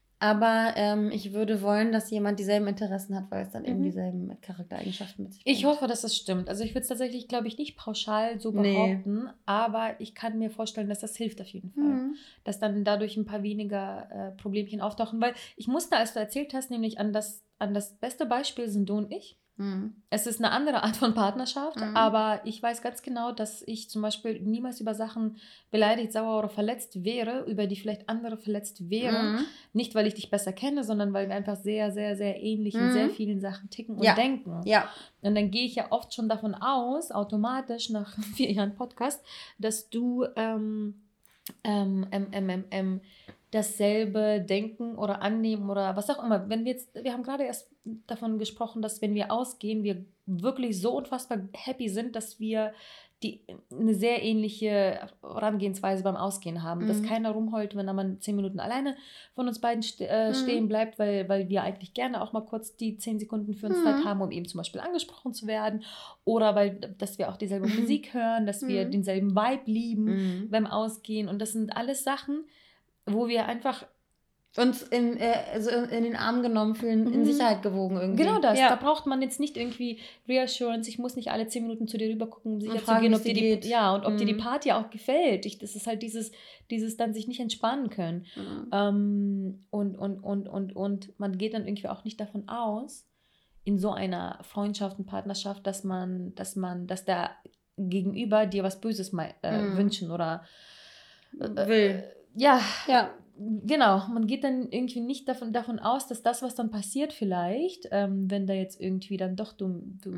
Aber ähm, ich würde wollen, dass jemand dieselben Interessen hat, weil es dann mhm. eben dieselben Charaktereigenschaften mit sich bringt. Ich hoffe, dass das stimmt. Also ich würde es tatsächlich, glaube ich, nicht pauschal so behaupten, nee. aber ich kann mir vorstellen, dass das hilft auf jeden Fall. Mhm. Dass dann dadurch ein paar weniger äh, Problemchen auftauchen. Weil ich musste, als du erzählt hast, nämlich an das, an das beste Beispiel sind du und ich. Mhm. Es ist eine andere Art von Partnerschaft, mhm. aber ich weiß ganz genau, dass ich zum Beispiel niemals über Sachen beleidigt, sauer oder verletzt wäre, über die vielleicht andere verletzt wären. Mhm. Nicht, weil ich dich besser kenne, sondern weil wir einfach sehr, sehr, sehr ähnlich mhm. in sehr vielen Sachen ticken und ja. denken. Ja. Und dann gehe ich ja oft schon davon aus, automatisch nach vier Jahren Podcast, dass du ähm, ähm, ähm, ähm, ähm, ähm, dasselbe denken oder annehmen oder was auch immer. Wenn wir jetzt, wir haben gerade erst davon gesprochen, dass wenn wir ausgehen, wir wirklich so unfassbar happy sind, dass wir die, eine sehr ähnliche Herangehensweise beim Ausgehen haben. Mhm. Dass keiner rumheult, wenn man zehn Minuten alleine von uns beiden ste- äh, mhm. stehen bleibt, weil, weil wir eigentlich gerne auch mal kurz die zehn Sekunden für uns mhm. Zeit haben, um eben zum Beispiel angesprochen zu werden. Oder weil, dass wir auch dieselbe mhm. Musik hören, dass mhm. wir denselben Vibe lieben mhm. beim Ausgehen. Und das sind alles Sachen, wo wir einfach uns in, äh, also in den Arm genommen fühlen, mhm. in Sicherheit gewogen irgendwie. Genau das. Ja. Da braucht man jetzt nicht irgendwie Reassurance. Ich muss nicht alle zehn Minuten zu dir rüber gucken, um sicher zu gehen, ob dir die, geht. Ja, und ob mhm. dir die Party auch gefällt. Ich, das ist halt dieses, dieses dann sich nicht entspannen können. Mhm. Ähm, und, und, und, und, und man geht dann irgendwie auch nicht davon aus, in so einer Freundschaft und Partnerschaft, dass man, dass man, dass der Gegenüber dir was Böses mal äh, mhm. wünschen oder äh, will. ja, Ja. genau, man geht dann irgendwie nicht davon, davon aus, dass das, was dann passiert vielleicht, ähm, wenn da jetzt irgendwie dann doch du, du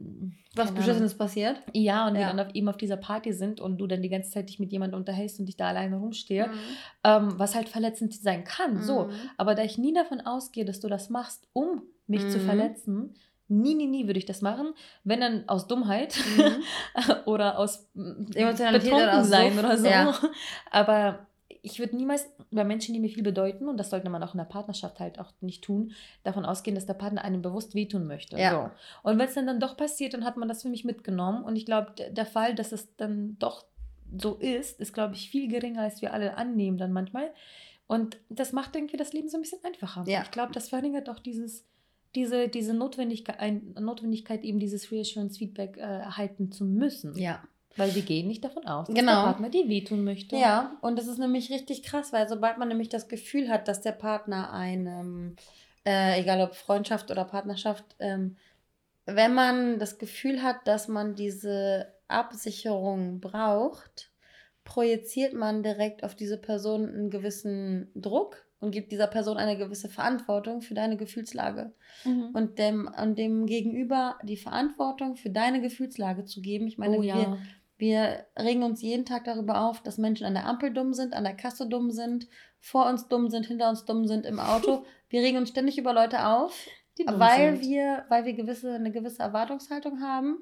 Was keine Ahnung. Beschissenes passiert. Ja, und wir Ja. dann auf, eben auf dieser Party sind und du dann die ganze Zeit dich mit jemandem unterhältst und ich da alleine rumstehe, Mhm. ähm, was halt verletzend sein kann. So, Mhm. aber da ich nie davon ausgehe, dass du das machst, um mich zu Mhm. verletzen, nie, nie, nie würde ich das machen, wenn dann aus Dummheit Mhm. oder aus mm, Emotionalität oder betrunken aus sein Suff. oder so. Ja. Aber ich würde niemals bei Menschen, die mir viel bedeuten, und das sollte man auch in der Partnerschaft halt auch nicht tun, davon ausgehen, dass der Partner einem bewusst wehtun möchte. Ja. So. Und wenn es dann, dann doch passiert, dann hat man das für mich mitgenommen. Und ich glaube, der, der Fall, dass es dann doch so ist, ist, glaube ich, viel geringer, als wir alle annehmen dann manchmal. Und das macht irgendwie das Leben so ein bisschen einfacher. Ja. Ich glaube, das verringert auch dieses, diese, diese Notwendigkeit, ein, Notwendigkeit, eben dieses Reassurance-Feedback äh, erhalten zu müssen. Ja. Weil wir gehen nicht davon aus, dass Genau. der Partner dir wehtun möchte. Ja, und das ist nämlich richtig krass, weil sobald man nämlich das Gefühl hat, dass der Partner einem, äh, egal ob Freundschaft oder Partnerschaft, ähm, wenn man das Gefühl hat, dass man diese Absicherung braucht, projiziert man direkt auf diese Person einen gewissen Druck und gibt dieser Person eine gewisse Verantwortung für deine Gefühlslage. Mhm. Und dem, und dem Gegenüber die Verantwortung für deine Gefühlslage zu geben. Ich meine, Oh wir, ja. wir regen uns jeden Tag darüber auf, dass Menschen an der Ampel dumm sind, an der Kasse dumm sind, vor uns dumm sind, hinter uns dumm sind, im Auto. Wir regen uns ständig über Leute auf, Die dumm weil sind. wir, weil wir gewisse, eine gewisse Erwartungshaltung haben.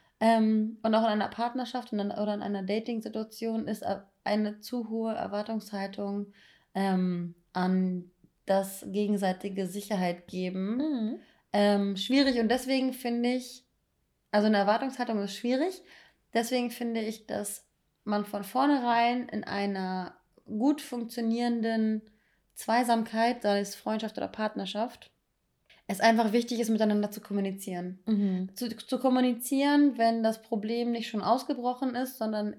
Ähm, und auch in einer Partnerschaft und in, oder in einer Dating-Situation ist eine zu hohe Erwartungshaltung ähm, an das gegenseitige Sicherheit geben Mhm. ähm, schwierig. Und deswegen finde ich, also eine Erwartungshaltung ist schwierig. Deswegen finde ich, dass man von vornherein in einer gut funktionierenden Zweisamkeit, sei es Freundschaft oder Partnerschaft, es einfach wichtig ist, miteinander zu kommunizieren. Mhm. Zu, zu kommunizieren, wenn das Problem nicht schon ausgebrochen ist, sondern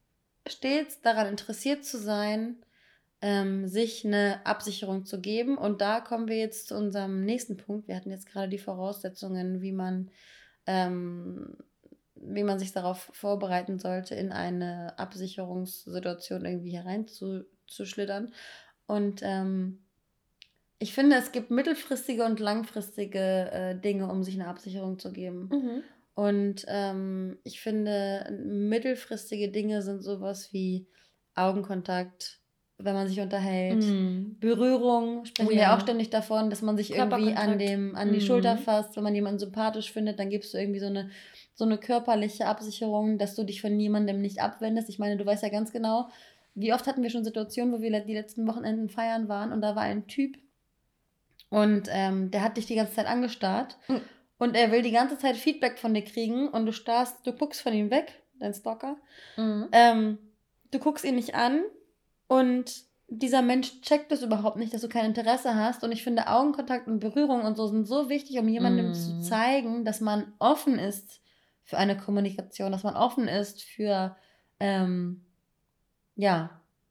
stets daran interessiert zu sein, ähm, sich eine Absicherung zu geben. Und da kommen wir jetzt zu unserem nächsten Punkt. Wir hatten jetzt gerade die Voraussetzungen, wie man, ähm, wie man sich darauf vorbereiten sollte, in eine Absicherungssituation irgendwie hereinzuschlittern. Und ähm, ich finde, es gibt mittelfristige und langfristige äh, Dinge, um sich eine Absicherung zu geben. Mhm. Und ähm, ich finde, mittelfristige Dinge sind sowas wie Augenkontakt, wenn man sich unterhält. Mhm. Berührung, sprechen Oh wir ja. auch ständig davon, dass man sich irgendwie an, Körperkontakt. dem, an die Mhm. Schulter fasst. Wenn man jemanden sympathisch findet, dann gibst du irgendwie so eine, so eine körperliche Absicherung, dass du dich von niemandem nicht abwendest. Ich meine, du weißt ja ganz genau, wie oft hatten wir schon Situationen, wo wir le- die letzten Wochenenden feiern waren und da war ein Typ und ähm, der hat dich die ganze Zeit angestarrt. Mhm. Und er will die ganze Zeit Feedback von dir kriegen und du starrst, du guckst von ihm weg, dein Stalker. Mhm. Ähm, du guckst ihn nicht an und dieser Mensch checkt es überhaupt nicht, dass du kein Interesse hast. Und ich finde, Augenkontakt und Berührung und so sind so wichtig, um jemandem Mhm. zu zeigen, dass man offen ist für eine Kommunikation, dass man offen ist für, ähm, ja,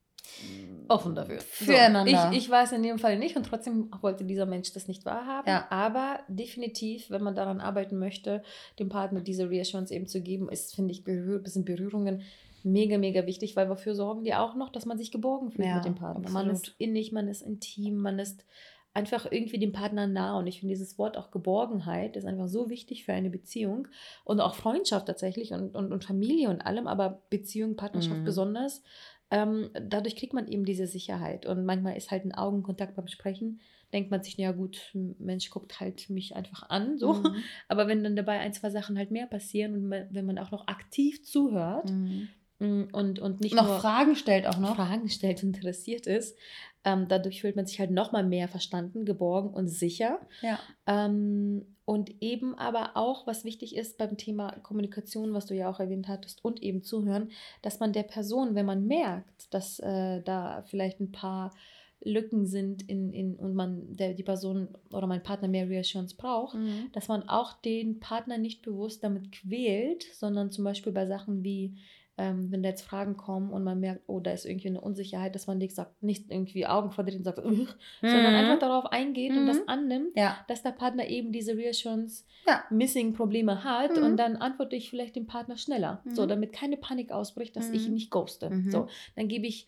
Offen dafür. füreinander. So, ich, ich weiß in dem Fall nicht und trotzdem wollte dieser Mensch das nicht wahrhaben. Ja. Aber definitiv, wenn man daran arbeiten möchte, dem Partner diese Reassurance eben zu geben, ist, finde ich, berühr, sind Berührungen mega, mega wichtig, weil wofür sorgen die auch noch, dass man sich geborgen fühlt Ja, mit dem Partner. Man absolut. ist innig, man ist intim, man ist einfach irgendwie dem Partner nah. Und ich finde dieses Wort auch Geborgenheit ist einfach so wichtig für eine Beziehung und auch Freundschaft tatsächlich und, und, und Familie und allem, aber Beziehung, Partnerschaft Mhm. besonders. Ähm, dadurch kriegt man eben diese Sicherheit. Und manchmal ist halt ein Augenkontakt beim Sprechen, denkt man sich, ja gut, Mensch guckt halt mich einfach an, so. Mhm. Aber wenn dann dabei ein, zwei Sachen halt mehr passieren und man, wenn man auch noch aktiv zuhört Mhm. mm, und, und nicht Noch nur Fragen stellt auch noch. Fragen stellt, interessiert ist, ähm, dadurch fühlt man sich halt nochmal mehr verstanden, geborgen und sicher. Ja. Ähm, und eben aber auch, was wichtig ist beim Thema Kommunikation, was du ja auch erwähnt hattest, und eben zuhören, dass man der Person, wenn man merkt, dass äh, da vielleicht ein paar Lücken sind in, in, und man der, die Person oder mein Partner mehr Reassurance braucht, Mhm. dass man auch den Partner nicht bewusst damit quält, sondern zum Beispiel bei Sachen wie, ähm, wenn da jetzt Fragen kommen und man merkt, oh, da ist irgendwie eine Unsicherheit, dass man nicht sagt, nicht irgendwie Augen verdreht und sagt, "Ugh", sondern Mhm. einfach darauf eingeht und das Mhm. annimmt, Ja. dass der Partner eben diese Reassurance Ja. Missing Probleme hat Mhm. und dann antworte ich vielleicht dem Partner schneller. Mhm. So, damit keine Panik ausbricht, dass ich ihn Mhm. nicht ghoste. Mhm. So, dann gebe ich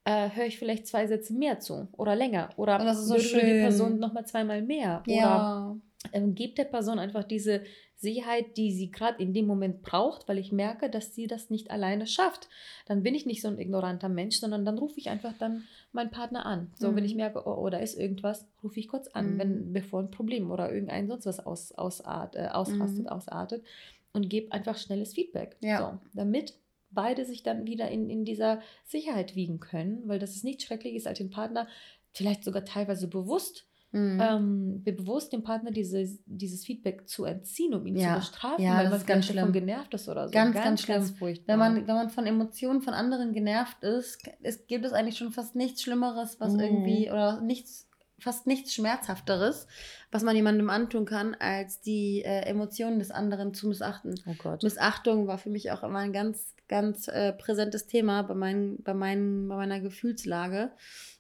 äh, höre ich vielleicht zwei Sätze mehr zu oder länger oder Und das ist so berühre die schön. Person nochmal zweimal mehr oder Ja. ähm, gebe der Person einfach diese Sicherheit, die sie gerade in dem Moment braucht, weil ich merke, dass sie das nicht alleine schafft. Dann bin ich nicht so ein ignoranter Mensch, sondern dann rufe ich einfach dann meinen Partner an. So, wenn ich Mhm. merke, oh, oh, da ist irgendwas, rufe ich kurz an, Mhm. wenn, bevor ein Problem oder irgendein sonst was aus, ausart, äh, ausrastet, Mhm. ausartet und gebe einfach schnelles Feedback. Ja. So, damit beide sich dann wieder in, in dieser Sicherheit wiegen können, weil das ist nichts Schreckliches, als den Partner vielleicht sogar teilweise bewusst Mhm. ähm, bewusst dem Partner dieses, dieses Feedback zu entziehen, um ihn Ja. zu bestrafen, Ja, weil das man ist ganz vielleicht davon schlimm. genervt ist oder so. Ganz, ganz, ganz schlimm. furchtbar. Wenn man, wenn man von Emotionen von anderen genervt ist, es gibt es eigentlich schon fast nichts Schlimmeres, was Mhm. irgendwie, oder nichts, fast nichts Schmerzhafteres, was man jemandem antun kann, als die äh, Emotionen des anderen zu missachten. Oh Gott. Missachtung war für mich auch immer ein ganz, ganz äh, präsentes Thema bei, mein, bei, mein, bei meiner Gefühlslage,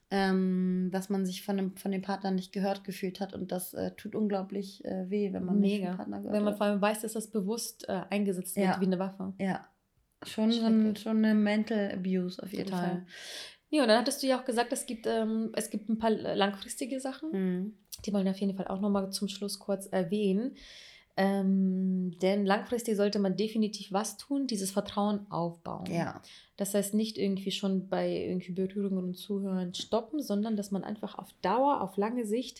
ähm, dass man sich von dem, von dem Partner nicht gehört gefühlt hat und das äh, tut unglaublich äh, weh, wenn man nicht vom Mega. Partner gehört Wenn man hat. vor allem weiß, dass das bewusst äh, eingesetzt wird Ja. wie eine Waffe. Ja, schon, so ein, Schrecklich. schon eine Mental Abuse auf jeden Total. Fall. Ja, und dann hattest du ja auch gesagt, es gibt, ähm, es gibt ein paar langfristige Sachen. Mhm. Die wollen wir auf jeden Fall auch nochmal zum Schluss kurz erwähnen. Ähm, denn langfristig sollte man definitiv was tun, dieses Vertrauen aufbauen. Ja. Das heißt nicht irgendwie schon bei irgendwie Berührungen und Zuhören stoppen, sondern dass man einfach auf Dauer, auf lange Sicht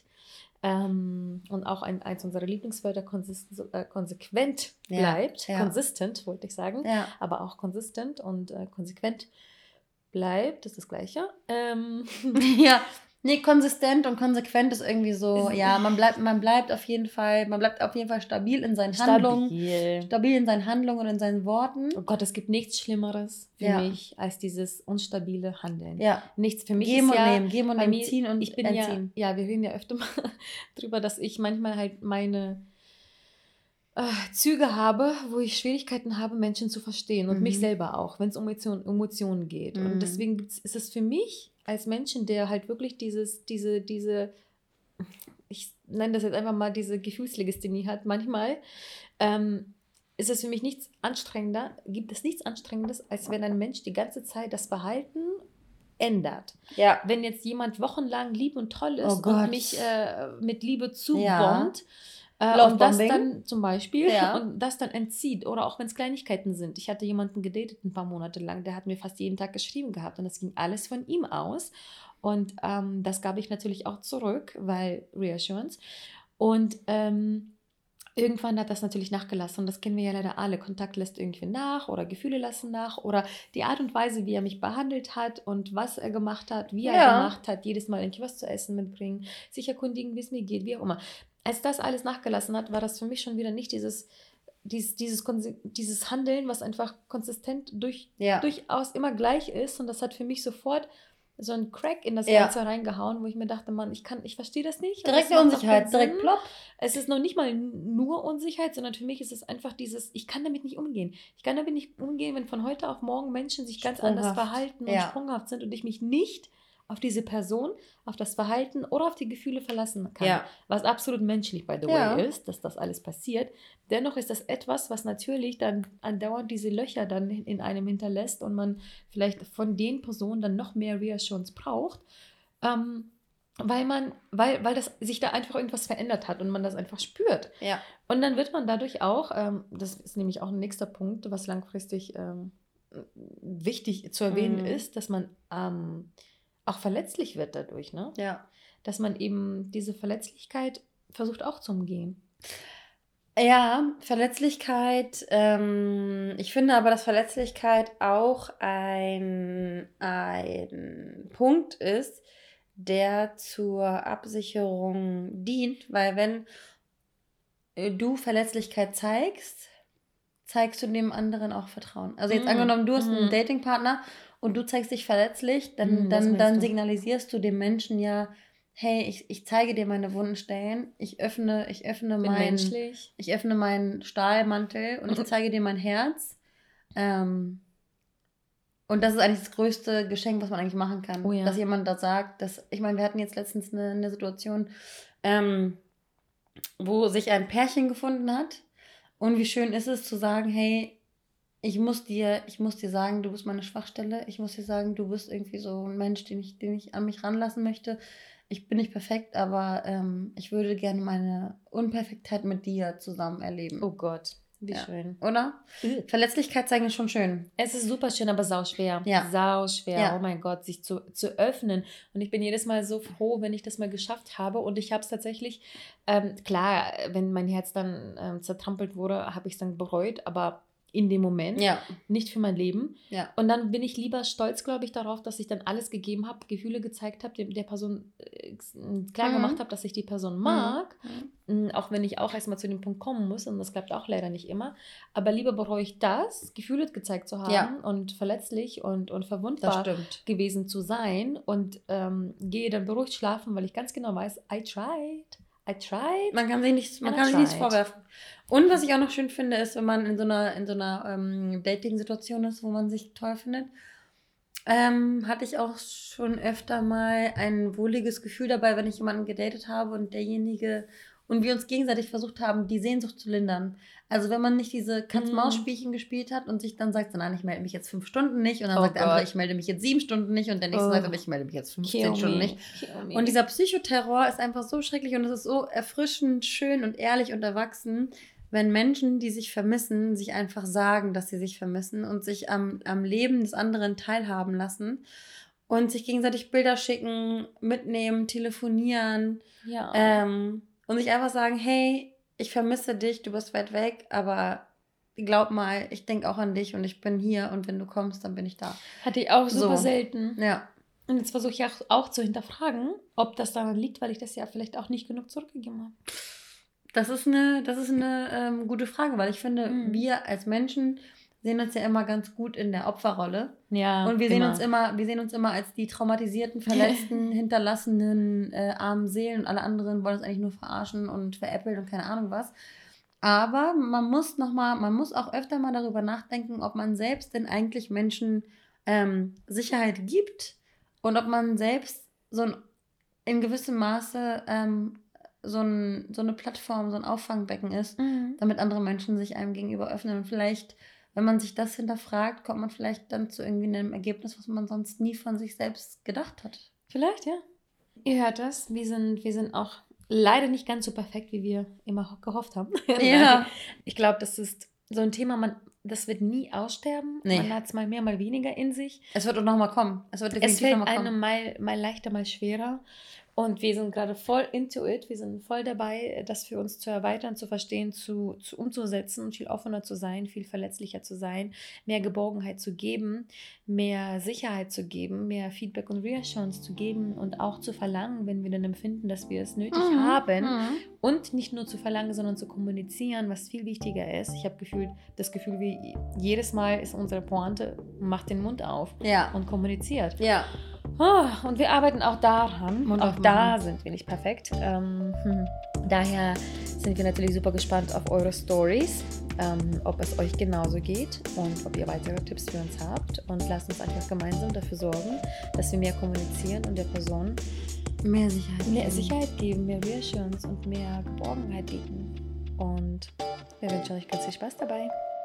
ähm, und auch ein, eins unserer Lieblingswörter konsist- äh, konsequent Ja, bleibt. ja. Konsistent, wollte ich sagen, Ja. aber auch konsistent und äh, konsequent bleibt, das ist das Gleiche. Ähm, Ja, nee, konsistent und konsequent ist irgendwie so, Ist- ja, man bleibt, man bleibt auf jeden Fall, man bleibt auf jeden Fall stabil in seinen Handlungen, stabil. stabil in seinen Handlungen und in seinen Worten. Oh Gott, es gibt nichts Schlimmeres für Ja. mich als dieses unstabile Handeln. Ja, Nichts für mich geben ist und ja, nehmen, geben und bei nehmen, mir, ziehen und ich bin entziehen. ja, ja, wir reden ja öfter mal drüber, dass ich manchmal halt meine äh, Züge habe, wo ich Schwierigkeiten habe, Menschen zu verstehen und Mhm. mich selber auch, wenn es um Emotionen, Emotionen geht. Mhm. Und deswegen gibt's- ist es für mich als Menschen, der halt wirklich dieses, diese, diese, ich nenne das jetzt einfach mal diese Gefühlslegasthenie hat, manchmal, ähm, ist es für mich nichts anstrengender, gibt es nichts Anstrengendes, als wenn ein Mensch die ganze Zeit das Verhalten ändert. Ja. Wenn jetzt jemand wochenlang lieb und toll ist Oh Gott. und mich äh, mit Liebe zubombt, Ja. äh, und das Lovebombing. dann zum Beispiel Ja. und das dann entzieht oder auch wenn es Kleinigkeiten sind. Ich hatte jemanden gedatet ein paar Monate lang, der hat mir fast jeden Tag geschrieben gehabt und das ging alles von ihm aus und ähm, das gab ich natürlich auch zurück, weil Reassurance und ähm, irgendwann hat das natürlich nachgelassen und das kennen wir ja leider alle. Kontakt lässt irgendwie nach oder Gefühle lassen nach oder die Art und Weise, wie er mich behandelt hat und was er gemacht hat, wie er Ja. gemacht hat, jedes Mal irgendwie was zu essen mitbringen, sich erkundigen, wie es mir geht, wie auch immer. Als das alles nachgelassen hat, war das für mich schon wieder nicht dieses, dieses, dieses, Konse- dieses Handeln, was einfach konsistent durch, Ja. durchaus immer gleich ist und das hat für mich sofort so einen Crack in das Ja. Ganze reingehauen, wo ich mir dachte, Mann, ich kann, ich verstehe das nicht. und Direkt das eine macht auch Unsicherheit, keinen direkt Sinn. plopp. Es ist noch nicht mal nur Unsicherheit, sondern für mich ist es einfach dieses, ich kann damit nicht umgehen. Ich kann damit nicht umgehen, wenn von heute auf morgen Menschen sich ganz anders Sprunghaft. verhalten und Ja. sprunghaft sind und ich mich nicht auf diese Person, auf das Verhalten oder auf die Gefühle verlassen kann. Ja. Was absolut menschlich, by the Ja. way, ist, dass das alles passiert. Dennoch ist das etwas, was natürlich dann andauernd diese Löcher dann in in einem hinterlässt und man vielleicht von den Personen dann noch mehr Reassurance braucht. Ähm, weil man, weil, weil das sich da einfach irgendwas verändert hat und man das einfach spürt. Ja. Und dann wird man dadurch auch, ähm, das ist nämlich auch ein nächster Punkt, was langfristig ähm, wichtig zu erwähnen Mhm. ist, dass man ähm, auch verletzlich wird dadurch, ne? Ja. Dass man eben diese Verletzlichkeit versucht auch zu umgehen. Ja, Verletzlichkeit. Ähm, ich finde aber, dass Verletzlichkeit auch ein, ein Punkt ist, der zur Absicherung dient, weil wenn äh, du Verletzlichkeit zeigst, zeigst du dem anderen auch Vertrauen. Also jetzt Mm, angenommen, du hast einen mhm. Datingpartner und du zeigst dich verletzlich, dann, Mm, was dann, meinst dann du? signalisierst du dem Menschen ja, hey, ich, ich zeige dir meine wunden Stellen, ich öffne, ich öffne Bin mein, menschlich. ich öffne meinen Stahlmantel und ich zeige dir mein Herz. Ähm, und das ist eigentlich das größte Geschenk, was man eigentlich machen kann. Oh ja. Dass jemand da sagt, dass, ich meine, wir hatten jetzt letztens eine, eine Situation, ähm, wo sich ein Pärchen gefunden hat. Und wie schön ist es zu sagen, hey, ich muss dir, ich muss dir sagen, du bist meine Schwachstelle. Ich muss dir sagen, du bist irgendwie so ein Mensch, den ich, den ich an mich ranlassen möchte. Ich bin nicht perfekt, aber ähm, ich würde gerne meine Unperfektheit mit dir zusammen erleben. Oh Gott, wie Ja. schön. Oder? Äh. Verletzlichkeit zeigen ist schon schön. Es ist super schön, aber sauschwer. Ja. Sauschwer. Ja. Oh mein Gott, sich zu, zu öffnen. Und ich bin jedes Mal so froh, wenn ich das mal geschafft habe. Und ich habe es tatsächlich, ähm, klar, wenn mein Herz dann ähm, zertrampelt wurde, habe ich es dann bereut, aber in dem Moment, Ja. nicht für mein Leben. Ja. Und dann bin ich lieber stolz, glaube ich, darauf, dass ich dann alles gegeben habe, Gefühle gezeigt habe, der Person äh, klar Mhm. gemacht habe, dass ich die Person mag. Mhm. Auch wenn ich auch erstmal zu dem Punkt kommen muss, und das klappt auch leider nicht immer. Aber lieber bereue ich das, Gefühle gezeigt zu haben Ja. und verletzlich und, und Das verwundbar stimmt. gewesen zu sein und ähm, gehe dann beruhigt schlafen, weil ich ganz genau weiß, I tried. I tried. Man kann sich nichts, man And I kann sich nichts tried. vorwerfen. Und was ich auch noch schön finde, ist, wenn man in so einer, in so einer ähm, Dating-Situation ist, wo man sich toll findet, ähm, hatte ich auch schon öfter mal ein wohliges Gefühl dabei, wenn ich jemanden gedatet habe und derjenige und wir uns gegenseitig versucht haben, die Sehnsucht zu lindern. Also wenn man nicht diese Katz-Maus-Spielchen gespielt hat und sich dann sagt, so, nein, ich melde mich jetzt fünf Stunden nicht und dann Oh sagt der andere, Gott. ich melde mich jetzt sieben Stunden nicht und der nächste Oh. sagt, aber ich melde mich jetzt fünfzehn Kill Stunden me. nicht. Kill me. Und dieser Psychoterror ist einfach so schrecklich und es ist so erfrischend, schön und ehrlich und erwachsen, wenn Menschen, die sich vermissen, sich einfach sagen, dass sie sich vermissen und sich am, am Leben des anderen teilhaben lassen und sich gegenseitig Bilder schicken, mitnehmen, telefonieren ja. ähm, und sich einfach sagen, hey, ich vermisse dich, du bist weit weg, aber glaub mal, ich denke auch an dich und ich bin hier und wenn du kommst, dann bin ich da. Hatte ich auch super So. selten. Ja. Und jetzt versuche ich auch, auch zu hinterfragen, ob das daran liegt, weil ich das ja vielleicht auch nicht genug zurückgegeben habe. Das ist eine, das ist eine ähm, gute Frage, weil ich finde, Mhm. wir als Menschen sehen uns ja immer ganz gut in der Opferrolle. Ja, Und wir sehen immer. uns immer, wir sehen uns immer als die traumatisierten, verletzten, hinterlassenen, äh, armen Seelen und alle anderen wollen uns eigentlich nur verarschen und veräppeln und keine Ahnung was. Aber man muss noch mal, man muss auch öfter mal darüber nachdenken, ob man selbst denn eigentlich Menschen ähm, Sicherheit gibt und ob man selbst so ein, in gewissem Maße ähm, so, ein, so eine Plattform, so ein Auffangbecken ist, Mhm. damit andere Menschen sich einem gegenüber öffnen. Und vielleicht, wenn man sich das hinterfragt, kommt man vielleicht dann zu irgendwie einem Ergebnis, was man sonst nie von sich selbst gedacht hat. Vielleicht, ja. Ihr hört das. Wir sind, wir sind auch leider nicht ganz so perfekt, wie wir immer gehofft haben. Ja. Ich glaube, das ist so ein Thema, man, das wird nie aussterben. Nee. Man hat es mal mehr, mal weniger in sich. Es wird auch nochmal kommen. Es wird Es definitiv fällt nochmal einem kommen. mal, mal leichter, mal schwerer. Und wir sind gerade voll into it. Wir sind voll dabei, das für uns zu erweitern, zu verstehen, zu, zu umzusetzen und viel offener zu sein, viel verletzlicher zu sein, mehr Geborgenheit zu geben, mehr Sicherheit zu geben, mehr Feedback und Reassurance zu geben und auch zu verlangen, wenn wir dann empfinden, dass wir es nötig Mhm. haben. Mhm. Und nicht nur zu verlangen, sondern zu kommunizieren, was viel wichtiger ist. Ich habe Gefühl, das Gefühl, wie jedes Mal ist unsere Pointe, macht den Mund auf Ja. und kommuniziert. Ja. Oh, und wir arbeiten auch daran. Mund auch aufmachen. da sind wir nicht perfekt. Ähm, hm. Daher sind wir natürlich super gespannt auf eure Stories, ähm, ob es euch genauso geht und ob ihr weitere Tipps für uns habt. Und lasst uns einfach gemeinsam dafür sorgen, dass wir mehr kommunizieren und der Person Mehr Sicherheit. mehr Sicherheit geben, mehr Reassurance und mehr Geborgenheit bieten. Und wir wünschen euch ganz viel Spaß dabei.